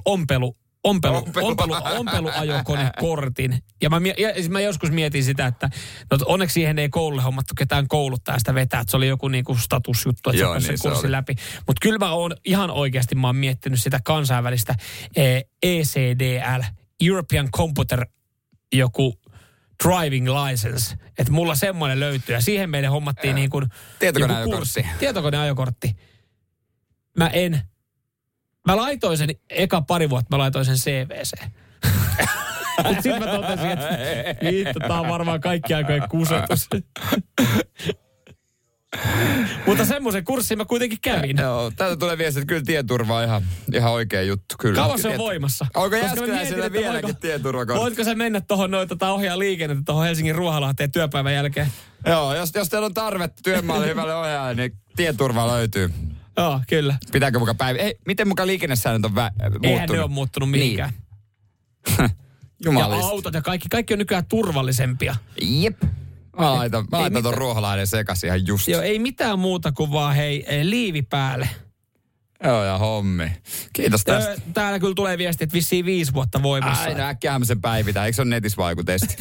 ompeluajokonekortin. Ja mä joskus mietin sitä, että onneksi siihen ei koululle hommattu ketään kouluttaa sitä vetää. Että se oli joku niinku statusjuttu, että se sen kurssin läpi. Mutta kyllä mä oon ihan oikeasti, mä oon miettinyt sitä kansainvälistä ECDL, European Computer, joku driving license. Että mulla semmoinen löytyy. Ja siihen meille hommattiin niin kuin tietokoneajokortti. Mä laitoin sen pari vuotta, mä laitoin sen CVC. Mutta sitten mä totesin, että tää on varmaan kaikki aikojen kusetus. Mutta semmoisen kurssin mä kuitenkin kävin. Joo, täältä tulee viesti, että kyllä tieturva on ihan oikea juttu. Kyllä. Kauan se on voimassa? Onko Jääskeläisellä vieläkin tieturvakortti? Voitko sä mennä tuohon ohjaa liikennettä tuohon Helsingin Ruoholahteen työpäivän jälkeen? Joo, jos teillä on tarvetta työmaalle hyvälle ohjaajalle, niin tieturva löytyy. Joo, kyllä. Pitääkö muka miten muka liikennesäännöt on muuttunut? Eihän ne ole muuttunut mihinkään. Niin. Jumalista. Ja autot ja kaikki on nykyään turvallisempia. Jep. Mä laitan ton Ruoholahden sekaisin ihan just. Joo, ei mitään muuta kuin vaan liivi päälle. Joo, ja hommi. Kiitos tästä. Täällä kyllä tulee viesti, että vissiin 5 vuotta voimassa. Aina äkkiähän sen päivitään. Eikö se ole netissä vaikutesti?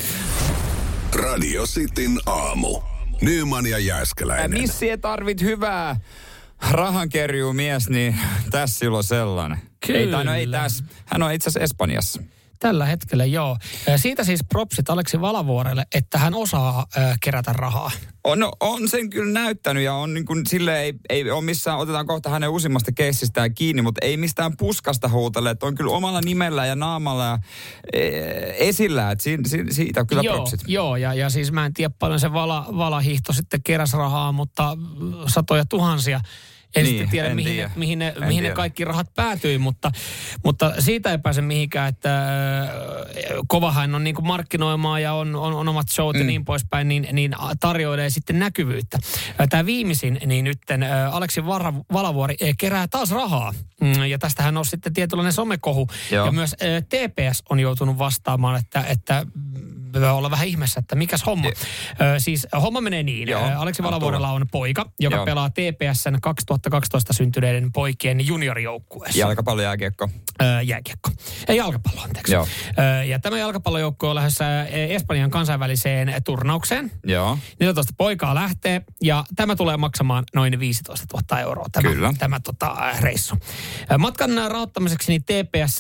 Radio Cityn aamu. Nyman ja Jääskeläinen. Missi ei tarvit hyvää rahankerjuumies, niin tässä silloin sellainen. Kyllä. Ei tässä. Hän on itse asiassa Espanjassa. Tällä hetkellä joo. Siitä siis propsit Aleksi Valavuorelle, että hän osaa kerätä rahaa. On sen kyllä näyttänyt ja on niin kuin silleen, ei ole missään, otetaan kohta hänen uusimmasta keissistään kiinni, mutta ei mistään puskasta huutele, että on kyllä omalla nimellä ja naamalla ja esillä, että siitä on kyllä propsit. Joo, ja siis mä en tiedä paljon se Valahihto sitten keräsi rahaa, mutta satoja tuhansia. En sitten tiedä, mihin ne kaikki rahat päätyi, mutta siitä ei pääse mihinkään, että kovahan on niin kuin markkinoimaan ja on omat showt ja niin poispäin, niin tarjoilee sitten näkyvyyttä. Tämä viimeisin, niin nytten Aleksi Valavuori kerää taas rahaa. Ja tästähän on sitten tietynlainen somekohu. Joo. Ja myös TPS on joutunut vastaamaan, että olla vähän ihmeessä, että mikäs homma. Siis homma menee niin. Aleksi Valavuorella on poika, joka pelaa TPS:n 2012 syntyneiden poikien juniorijoukkueessa. Jalkapallo, jääkiekko? Jääkiekko. Ei jalkapallo, anteeksi. Joo. Ja tämä jalkapallojoukkue on lähdössä Espanjan kansainväliseen turnaukseen. Joo. 14 poikaa lähtee ja tämä tulee maksamaan noin 15 000 euroa tämä reissu. Matkan rahoittamiseksi niin TPS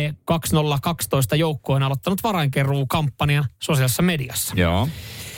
P2012 joukkue on aloittanut varainkeruukampanjan sosiaalisessa mediassa. Joo.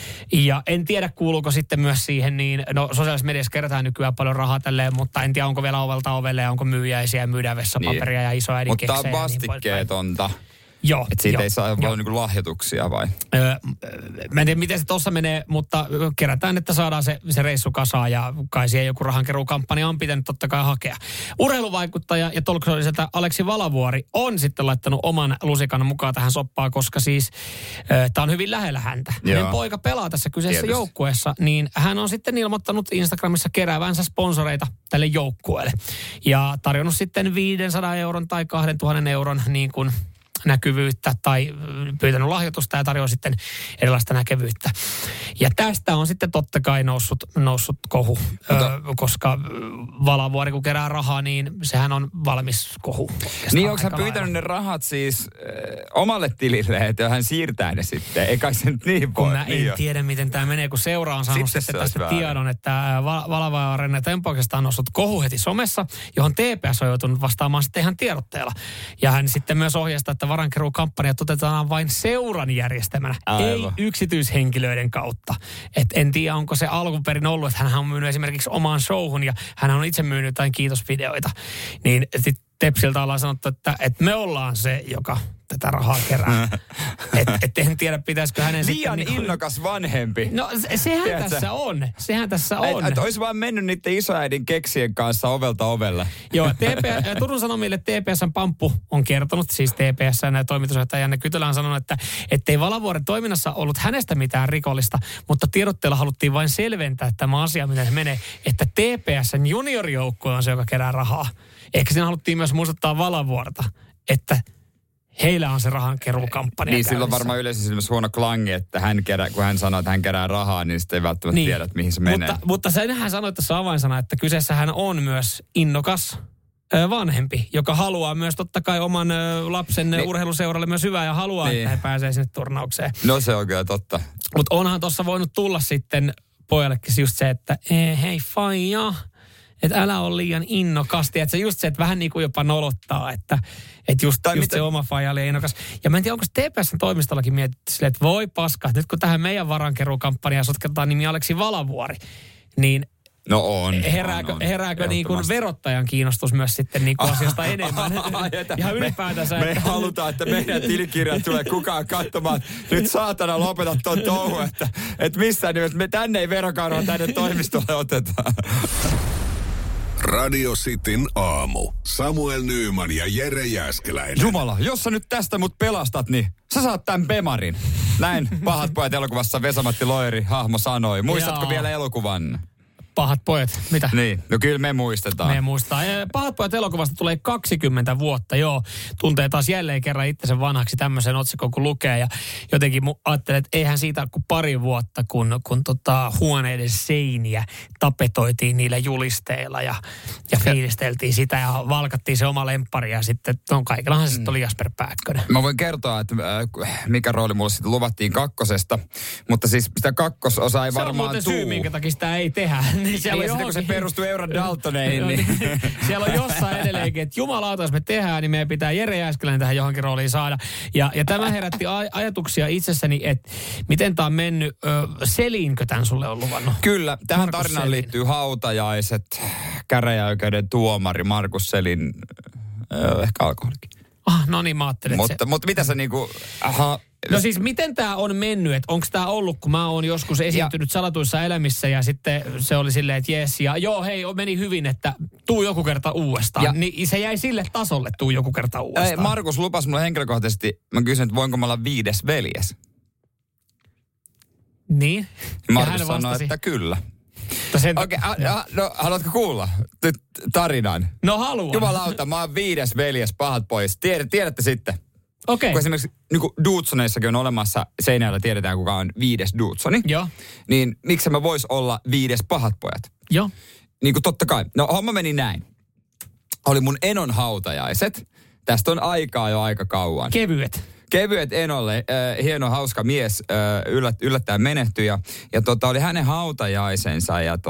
Ja en tiedä, kuuluuko sitten myös siihen, niin sosiaalisessa mediassa kerätään nykyään paljon rahaa tälleen, mutta en tiedä, onko vielä ovelta ovelle ja onko myyjäisiä ja myydään vessapaperia ja isoäidin keksejä. Mutta on vastikkeetonta. Joo. Että siitä ei saa paljon niin lahjoituksia vai? Mä en tiedä, miten se tuossa menee, mutta kerätään, että saadaan se reissu kasaan ja kai siihen joku rahankeruukampanja on pitänyt totta kai hakea. Urheiluvaikuttaja ja talkshow-liseltä Aleksi Valavuori on sitten laittanut oman lusikan mukaan tähän soppaan, koska siis tämä on hyvin lähellä häntä. Hänen poika pelaa tässä kyseisessä joukkueessa, niin hän on sitten ilmoittanut Instagramissa keräävänsä sponsoreita tälle joukkueelle. Ja tarjonnut sitten 500 euron tai 2000 euron niin kuin näkyvyyttä tai pyytänyt lahjoitusta ja tarjoaa sitten erilaista näkyvyyttä. Ja tästä on sitten totta kai noussut kohu, koska Valavuori kun kerää rahaa, niin sehän on valmis kohu. Niin onko hän pyytänyt ne rahat siis omalle tilille, että hän siirtää ne sitten? Eikä se nyt niin voi. Kun mä en tiedä, miten tämä menee, kun seura on saanut sitten tästä tiedon, että Valavuoren tempauksesta on noussut kohu heti somessa, johon TPS on joutunut vastaamaan sitten ihan tiedotteella. Ja hän sitten myös ohjeistaa, että varankeruukampanja toteutetaan vain seuran järjestämänä, ei yksityishenkilöiden kautta. Et en tiedä, onko se alkuperin ollut, että hän on myynyt esimerkiksi omaan showhun ja hän on itse myynyt jotain kiitosvideoita. Niin sitten Tepsiltä ollaan sanottu, että me ollaan se, joka tätä rahaa kerää. että en tiedä, pitäisikö hänen liian sitten innokas vanhempi. No sehän tässä on. Että olisi vaan mennyt niiden isoäidin keksien kanssa ovelta ovelle. Joo, Turun Sanomille TPS:n Pamppu on kertonut, siis TPS:n toimitusjohtaja Janne Kytölä on sanonut, että ettei Valavuoren toiminnassa ollut hänestä mitään rikollista, mutta tiedotteella haluttiin vain selventää tämä asia, miten se menee, että TPS:n juniorijoukkue on se, joka kerää rahaa. Ehkä siinä haluttiin myös muistuttaa Valavuorta, että heillä on se rahankeruukampanja. Niin, silloin varmaan yleensä huono klangi, että kun hän sanoo, että hän kerää rahaa, niin sitten ei välttämättä tiedä, että mihin se menee. Mutta senhän sanoi tässä avainsana, että kyseessähän on myös innokas vanhempi, joka haluaa myös totta kai oman lapsen urheiluseuralle myös hyvää ja haluaa, että he pääsee sinne turnaukseen. No se on kyllä totta. Mutta onhan tuossa voinut tulla sitten pojallekin just se, että hei faija, että älä ole liian innokasti. Että se just se, että vähän niin kuin jopa nolottaa, että just se oma faija oli innokas. Ja mä en tiedä, onko TPS:n toimistollakin mietitty silleen, että voi paska, nyt kun tähän meidän varankeruukampanjaan sotketaan nimi Aleksi Valavuori, niin No on. Herääkö niin kuin verottajan kiinnostus myös sitten niin kuin asiasta enemmän? Ihan ylipäätänsä. Me halutaan, että meidän tilikirjat tulee kukaan katsomaan. Nyt saatana lopeta ton touhu, että missään nimessä me tänne ei verokaroa tänne toimistolle otetaan. Radio Cityn aamu. Samuel Nyyman ja Jere Jääskeläinen. Jumala, jos sä nyt tästä mut pelastat, niin sä saat tämän Bemarin. Näin Pahat pojat -elokuvassa Vesa-Matti Loiri hahmo sanoi. Muistatko vielä elokuvan? Pahat pojat, mitä? Niin, no kyllä me muistetaan. Me muistetaan. Pahat pojat -elokuvasta tulee 20 vuotta, joo. Tuntee taas jälleen kerran itsensä vanhaksi tämmöisen otsikon, kun lukee. Ja jotenkin ajattelin, että eihän siitä kuin pari vuotta, kun huoneiden seiniä tapetoitiin niillä julisteilla ja fiilisteltiin sitä ja valkattiin se oma lemppari. Ja sitten, kaikillahan se sitten oli Jasper Pääkkönen. Mä voin kertoa, että mikä rooli mulle sitten luvattiin 2, mutta siis sitä 2-osaa ei varmaan tuu. Se on muuten syy, minkä takia sitä ei tehdä. Niin sitten kun se perustuu Euron Daltoneihin, niin siellä on jossain edelleenkin, että jumalauta, jos me tehdään, niin meidän pitää Jere Jääskeläinen tähän johonkin rooliin saada. Ja tämä herätti ajatuksia itsessäni, että miten tämä on mennyt. Selinkö tämän sulle on luvannut? Kyllä, tähän tarinaan liittyy hautajaiset, käräjäoikeuden tuomari Markus Selin, ehkä alkoholikin. No niin, mä ajattelin, mutta mitä sä niinku... No siis miten tämä on mennyt, että onko tämä ollut, kun mä oon joskus esiintynyt Salatuissa elämissä ja sitten se oli silleen, että jes ja joo hei, meni hyvin, että tuu joku kerta uudestaan. Niin se jäi sille tasolle, tuu joku kerta uudestaan. Markus lupasi mulle henkilökohtaisesti, mä kysyin, että voinko mä olla 5. veljes. Niin? Markus sanoi, että kyllä. Okei, no haluatko kuulla tarinan? No haluan. Jumalauta, mä oon 5. veljes, Pahat pojat. Tiedätte sitten. Okei. Kun esimerkiksi niin Dudsoneissakin on olemassa seinällä tiedetään, kuka on 5. Dudsoni. Joo. Niin miksi mä vois olla 5. Pahat pojat? Joo. Niin kuin totta kai. No homma meni näin. Oli mun enon hautajaiset. Tästä on aikaa jo aika kauan. Kevyet Enolle, hieno hauska mies, yllättäen menehtyi ja oli hänen hautajaisensa ja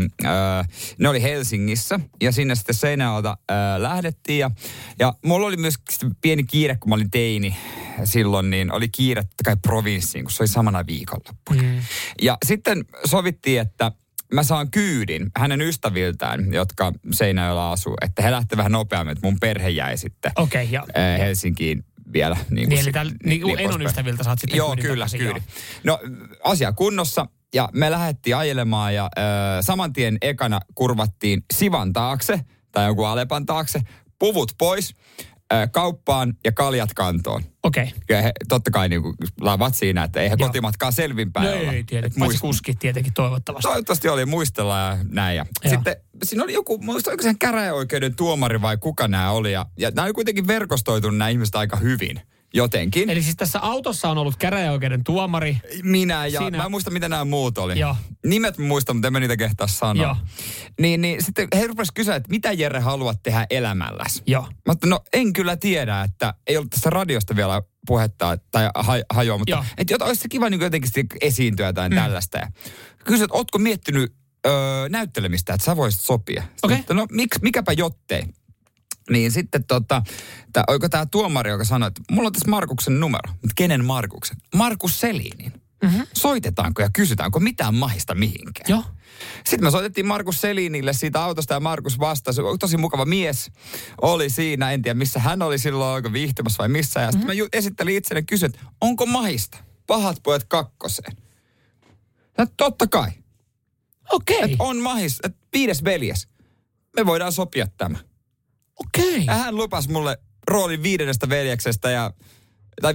ne oli Helsingissä ja sinne sitten Seinäjoelta lähdettiin ja mulla oli myös pieni kiire, kun mä olin teini silloin, niin oli kiire totta kai provinssiin, kun se oli samana viikonloppuna. Ja sitten sovittiin, että mä saan kyydin hänen ystäviltään, jotka Seinäjoella asuu, että he lähtevät vähän nopeammin, että mun perhe jäi sitten Helsinkiin vielä. Niin eli enon ystäviltä saat sitten kyydin. Joo, kyllä, kyydin. No, asia kunnossa ja me lähdettiin ajelemaan ja saman tien ekana kurvattiin Sivan taakse tai jonkun Alepan taakse, puvut pois, kauppaan ja kaljat kantoon. Okei. Ja totta kai niin lavat siinä, että eihän kotimatkaa selvinpäin olla. Ei tietenkin, paitsi kuskit tietenkin toivottavasti. Toivottavasti oli muistella ja näin. Ja sitten siinä oli joku, muista oliko sen käräjäoikeuden tuomari vai kuka nämä oli. Ja nämä oli kuitenkin verkostoitunut nämä ihmiset aika hyvin. Jotenkin. Eli siis tässä autossa on ollut käräjäoikeuden tuomari. Minä ja mä en muista, mitä nämä muut oli. Joo. Nimet muistan, mutta en mä niitä kehtaa sanoa. Joo. Niin sitten he rupesivat kysyä, että mitä Jere haluat tehdä elämälläsi? Joo. Mä ajattelin, no en kyllä tiedä, että ei ollut tästä radiosta vielä puhetta tai hajoa, mutta että olisi se kiva niin jotenkin esiintyä tai tällaista. Ja kysyin, että ootko miettinyt näyttelemistä, että sä voisit sopia? Okei. No mikäpä jottei. Niin sitten oiko tämä tuomari, joka sanoi, että mulla on tässä Markuksen numero. Mutta kenen Markuksen? Markus Selinin. Soitetaanko ja kysytäänkö mitään mahista mihinkään? Joo. Sitten me soitettiin Markus Selinille siitä autosta ja Markus vastasi. Tosi mukava mies oli siinä. En tiedä missä hän oli silloin, oliko viihtymässä vai missä. Ja sitten mä esittelin itselle kysyin, että onko mahista Pahat pojat 2? Ja totta kai. Okei. Että on mahista, että 5. veljes. Me voidaan sopia tämä. Okei. Ja hän lupasi mulle roolin 5. veljeksestä tai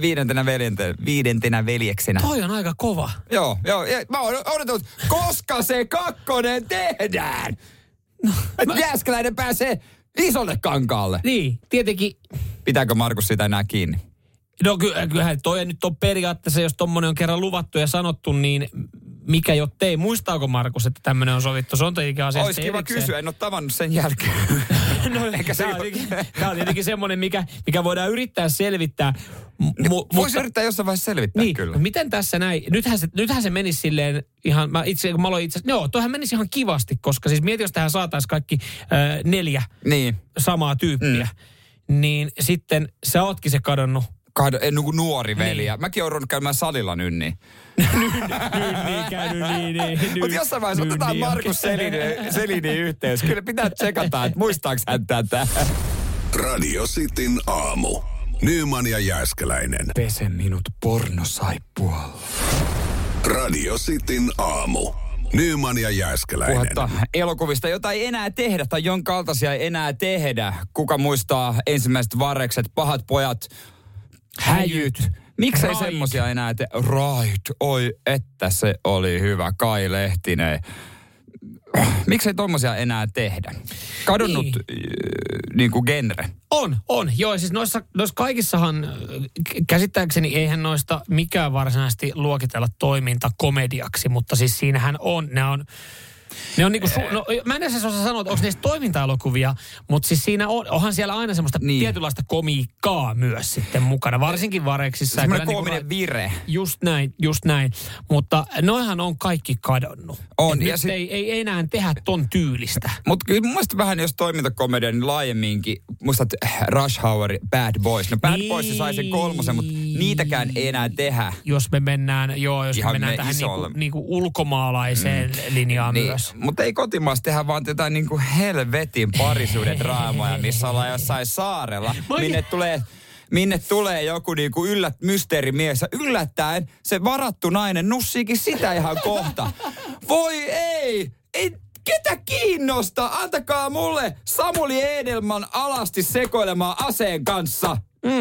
5. veljeksenä. Toi on aika kova. Joo. Ja mä oon odotellut, koska se 2 tehdään. No, Jääskeläinen pääsee isolle kankaalle. Niin, tietenkin. Pitääkö Markus sitä enää kiinni? No kyllähän toi nyt on periaatteessa, jos tommonen on kerran luvattu ja sanottu, niin mikä jottei. Muistaako Markus, että tämmöinen on sovittu? Se on tietenkin asiasta olisi kiva kysyä, en ole tavannut sen jälkeen. No, tämä on tietenkin semmoinen, mikä voidaan yrittää selvittää. Voisi yrittää jossain vaiheessa selvittää niin, kyllä. Miten tässä näin? Nythän se menisi silleen ihan, toihan menisi ihan kivasti, koska siis mieti, jos tähän saataisiin kaikki 4 samaa tyyppiä. Niin sitten sä ootkin se kadonnut nuori veli. Niin. Mäkin joudun käymään salilla nynniin. Mutta jossain vaiheessa otetaan Markus Selinin yhteys. Kyllä pitää tsekata, että muistaaks hän tätä. Radio Cityn aamu. Nyman ja Jääskeläinen. Pese minut pornosaippualla. Radio Cityn aamu. Nyman ja Jääskeläinen. Puhetta elokuvista, jota ei enää tehdä tai jonka kaltaisia ei enää tehdä. Kuka muistaa ensimmäiset varrekset, pahat pojat, häjyt. Miksei semmosia enää oi, että se oli hyvä. Kai Lehtinen. Miksei tommosia enää tehdä? Kadonnut niin kuin genre. On. Joo, siis noissa kaikissahan, käsittääkseni eihän noista mikään varsinaisesti luokitella toimintakomediaksi, mutta siis siinähän on, ne on niinku, mä en edes osaa sanoa, että onko ne toiminta-elokuvia, mutta siis siinä onhan siellä aina semmoista tietynlaista komiikkaa myös sitten mukana, varsinkin vareksissa. Semmoinen koominen vire. Just näin. Mutta noihan on kaikki kadonnut. On. Ja ei enää tehdä ton tyylistä. Mutta kyllä mun mielestä vähän, jos toimintakomedia, niin laajemminkin, muistat Rush Hour, Bad Boys. No Bad Boys sai sen 3, mutta niitäkään ei enää tehdä. Jos me mennään tähän niinku ulkomaalaiseen linjaan niin. Myös. Mutta ei kotimaassa tehdä vaan jotain niinku helvetin parisuuden draamaa, missä ollaan jossain saarella, minne tulee joku niinku mysteerimies ja yllättäen se varattu nainen nussiikin sitä ihan kohta. Voi ei ketä kiinnostaa? Antakaa mulle Samuli Edelman alasti sekoilemaan aseen kanssa.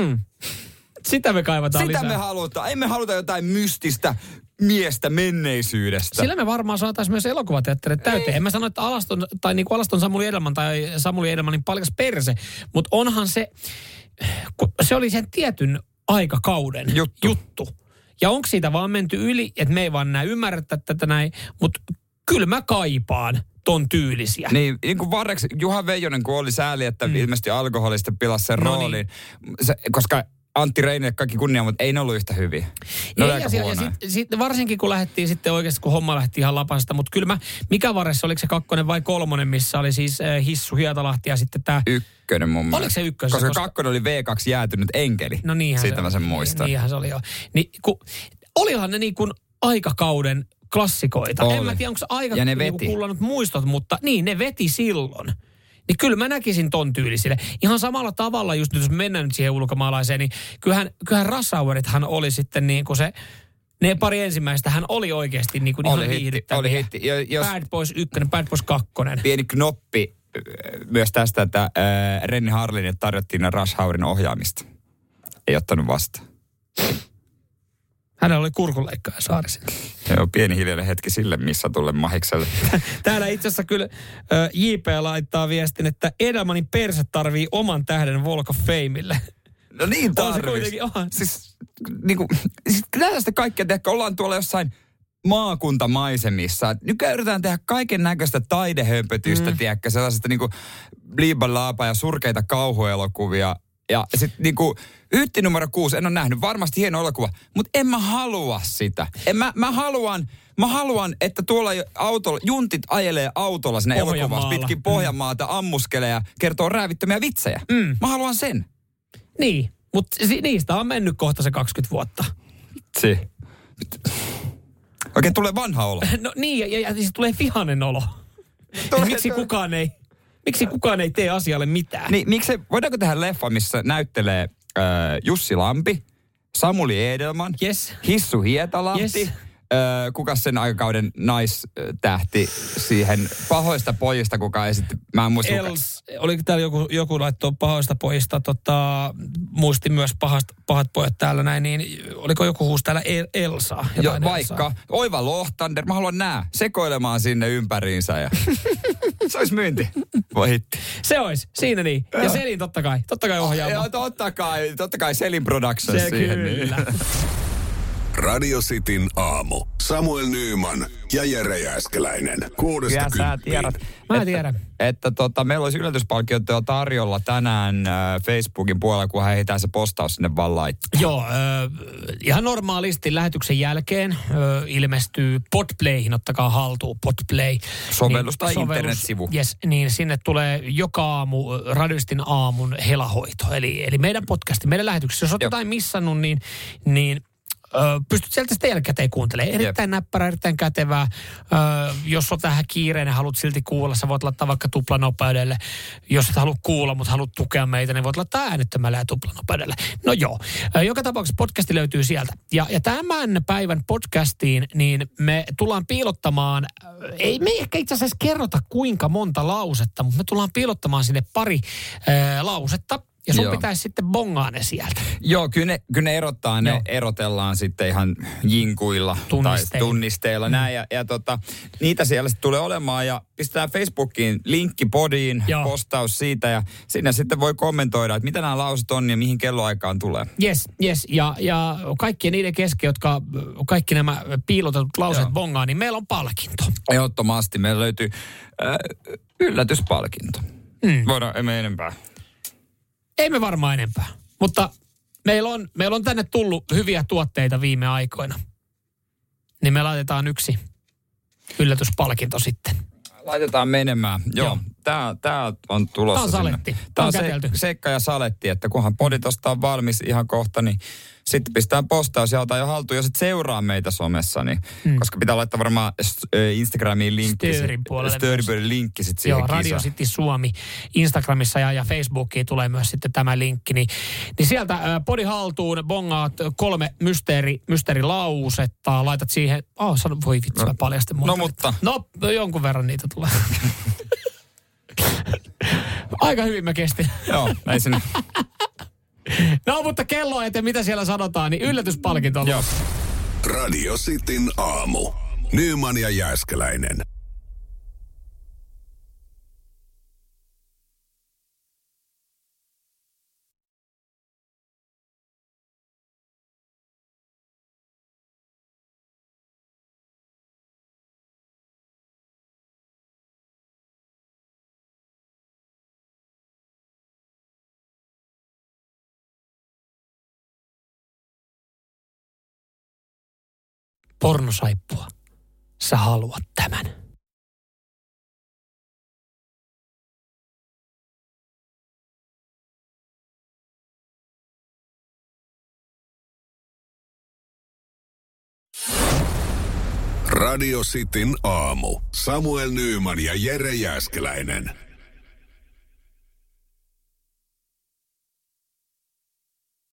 Sitä me kaivataan lisää. Sitä me halutaan. Ei me haluta jotain mystistä miestä menneisyydestä. Sillä me varmaan saataisiin myös elokuvateatterit täyteen. En mä sano, että Alaston Samuli Edelman tai Samuli Edelmanin paljas perse, mutta onhan se oli sen tietyn aikakauden juttu. Ja onko siitä vaan menty yli, että me ei vaan näin ymmärretä tätä näin, mutta kyllä mä kaipaan ton tyylisiä. Niin kuin varreksi Juha Veijonen, kun oli sääli, että ilmeisesti alkoholista pilasi sen roolin, koska Antti Reinille kaikki kunnia, mutta ei ne ollut yhtä hyviä. Ne ja sitten varsinkin kun lähdettiin sitten oikeasti, kun homma lähti ihan lapasta, mutta kyllä mikä varressa, oliko se 2 vai 3, missä oli siis Hissu Hietalahti ja sitten tämä 1 mun mielestä. Oliko se 1? Koska 2 oli V2 jäätynyt enkeli. No niinhän siitä mä sen muistan. Niinhän se oli jo. Niin, olihan ne niin kuin aikakauden klassikoita. En mä tiedä, onko se aika kullannut muistot, mutta niin, ne veti silloin. Niin kyllä mä näkisin ton tyylisille. Ihan samalla tavalla, just nyt jos mennään nyt siihen ulkomaalaiseen, niin kyllähän Rush Hourithan oli sitten niin kuin ne pari ensimmäistä, hän oli oikeasti niin kuin ihan viihdyttäviä. Oli hitti. Bad Boys 1, Bad Boys 2. Pieni knoppi myös tästä, että Renni Harlinille tarjottiin Rush Hourin ohjaamista. Ei ottanut vastaan. Hänellä oli kurkunleikkaaja Saarisen. Joo, pieni hiljainen hetki sille missä tulle Mahikselle. Täällä itse asiassa kyllä JP laittaa viestin, että Edelmanin perse tarvii oman tähden Walk of Fameille. No niin tarvitsisi. Siis tällaista kaikkea tehdä, ollaan tuolla jossain maakuntamaisemissa. Nyt yritetään tehdä kaiken näköistä taidehömpötystä, tiedäkö, sellaisesta niinku bliibalaapa ja surkeita kauhuelokuvia. Ja sitten niinku Ytti numero 6, en ole nähnyt, varmasti hieno elokuva, mutta en mä halua sitä. Mä haluan, että tuolla juntit ajelee autolla sinne elokuvassa pitkin Pohjanmaata, ammuskelee ja kertoo räävittömiä vitsejä. Mä haluan sen. Niin, mutta niistä on mennyt kohta se 20 vuotta. Oikein tulee vanha olo. No niin, ja siis tulee vihainen olo. Miksi kukaan ei tee asialle mitään? Niin, voidaanko tehdä leffa, missä näyttelee Jussi Lampi, Samuli Edelman, Hissu Hietalahti, kuka sen aikakauden naistähti siihen Pahoista pojista, kuka esitti, mä en muista. Oliko täällä joku laittoi Pahoista pojista, muistin myös pahat pojat täällä näin, niin oliko joku huusi täällä Elsaa? Jo, vaikka. Oiva Lohtander, mä haluan sekoilemaan sinne ympäriinsä ja se olisi myynti. Voi hitti. Se olisi, siinä niin. Ja Selin totta kai ohjaamaan. Joo, totta kai Selin Productions se siihen. Kyllä. Niin. Radio Cityn aamu. Samuel Nyyman ja Jere Jääskeläinen. 6-10. Sä tiedät. Mä tiedän. Että meillä olisi yllätyspalkintoa tarjolla tänään Facebookin puolella, kun heitään se postaus sinne vaan laittaa. Joo, ihan normaalisti lähetyksen jälkeen ilmestyy Podplayhin, ottakaa haltuun Podplay. Sovellus tai internetsivu. Yes, niin sinne tulee joka aamu Radistin aamun helahoito. Eli meidän podcasti, meidän lähetyksessä. Jos olet jotain missannut, niin pystyt sieltä sitten jälkikäteen kuuntelemaan. Erittäin näppärä, erittäin kätevää. Jos on vähän kiireinen, haluat silti kuulla, sä voit laittaa vaikka tuplanopeudelle. Jos et halua kuulla, mutta haluat tukea meitä, niin voit laittaa äänettömällä ja tuplanopeudelle. No joo. Joka tapauksessa podcasti löytyy sieltä. Ja tämän päivän podcastiin, niin me tullaan piilottamaan, ei me ehkä itse asiassa kerrota kuinka monta lausetta, mutta me tullaan piilottamaan sinne pari lausetta. Ja sun pitäisi sitten bongaa ne sieltä. Joo, kyllä ne erottaa, ne erotellaan sitten ihan jinkuilla tai tunnisteilla näin. Ja niitä siellä sitten tulee olemaan ja pistetään Facebookiin linkki podiin, postaus siitä ja sinne sitten voi kommentoida, että mitä nämä lauset on ja mihin kelloaikaan tulee. Yes. Ja kaikkien niiden kesken, jotka kaikki nämä piilotetut lauseet bongaa, niin meillä on palkinto. Ehdottomasti, meillä löytyy yllätyspalkinto. Voidaan, emme enempää. Ei me varmaan enempää, mutta meillä on tänne tullut hyviä tuotteita viime aikoina. Niin me laitetaan yksi yllätyspalkinto sitten. Laitetaan menemään. Joo. Tää on tulossa. Tää on saletti. Tää on sekka ja saletti, että kunhan podi tosta on valmis ihan kohta, niin sitten pistetään postaus ja ota jo haltuun ja sitten seuraa meitä somessa, niin, koska pitää laittaa varmaan Instagramiin linkki. Stöörin linkki sitten siihen kisaan. Radio City Suomi Instagramissa ja Facebookiin tulee myös sitten tämä linkki. Niin sieltä podi haltuun, bongaat 3 mysteerilausetta, laitat siihen, voi vitsi, mä paljastin muuta. No mutta. No jonkun verran niitä tulee. Aika hyvin mä kestin. Joo, ei sinne. No, mutta kello eteen, mitä siellä sanotaan, niin yllätyspalkinto on. Joo. Radio Cityn aamu. Nyyman ja Jääskeläinen. Pornosaippua. Sä haluat tämän. Radio Cityn aamu. Samuel Nyyman ja Jere Jääskeläinen.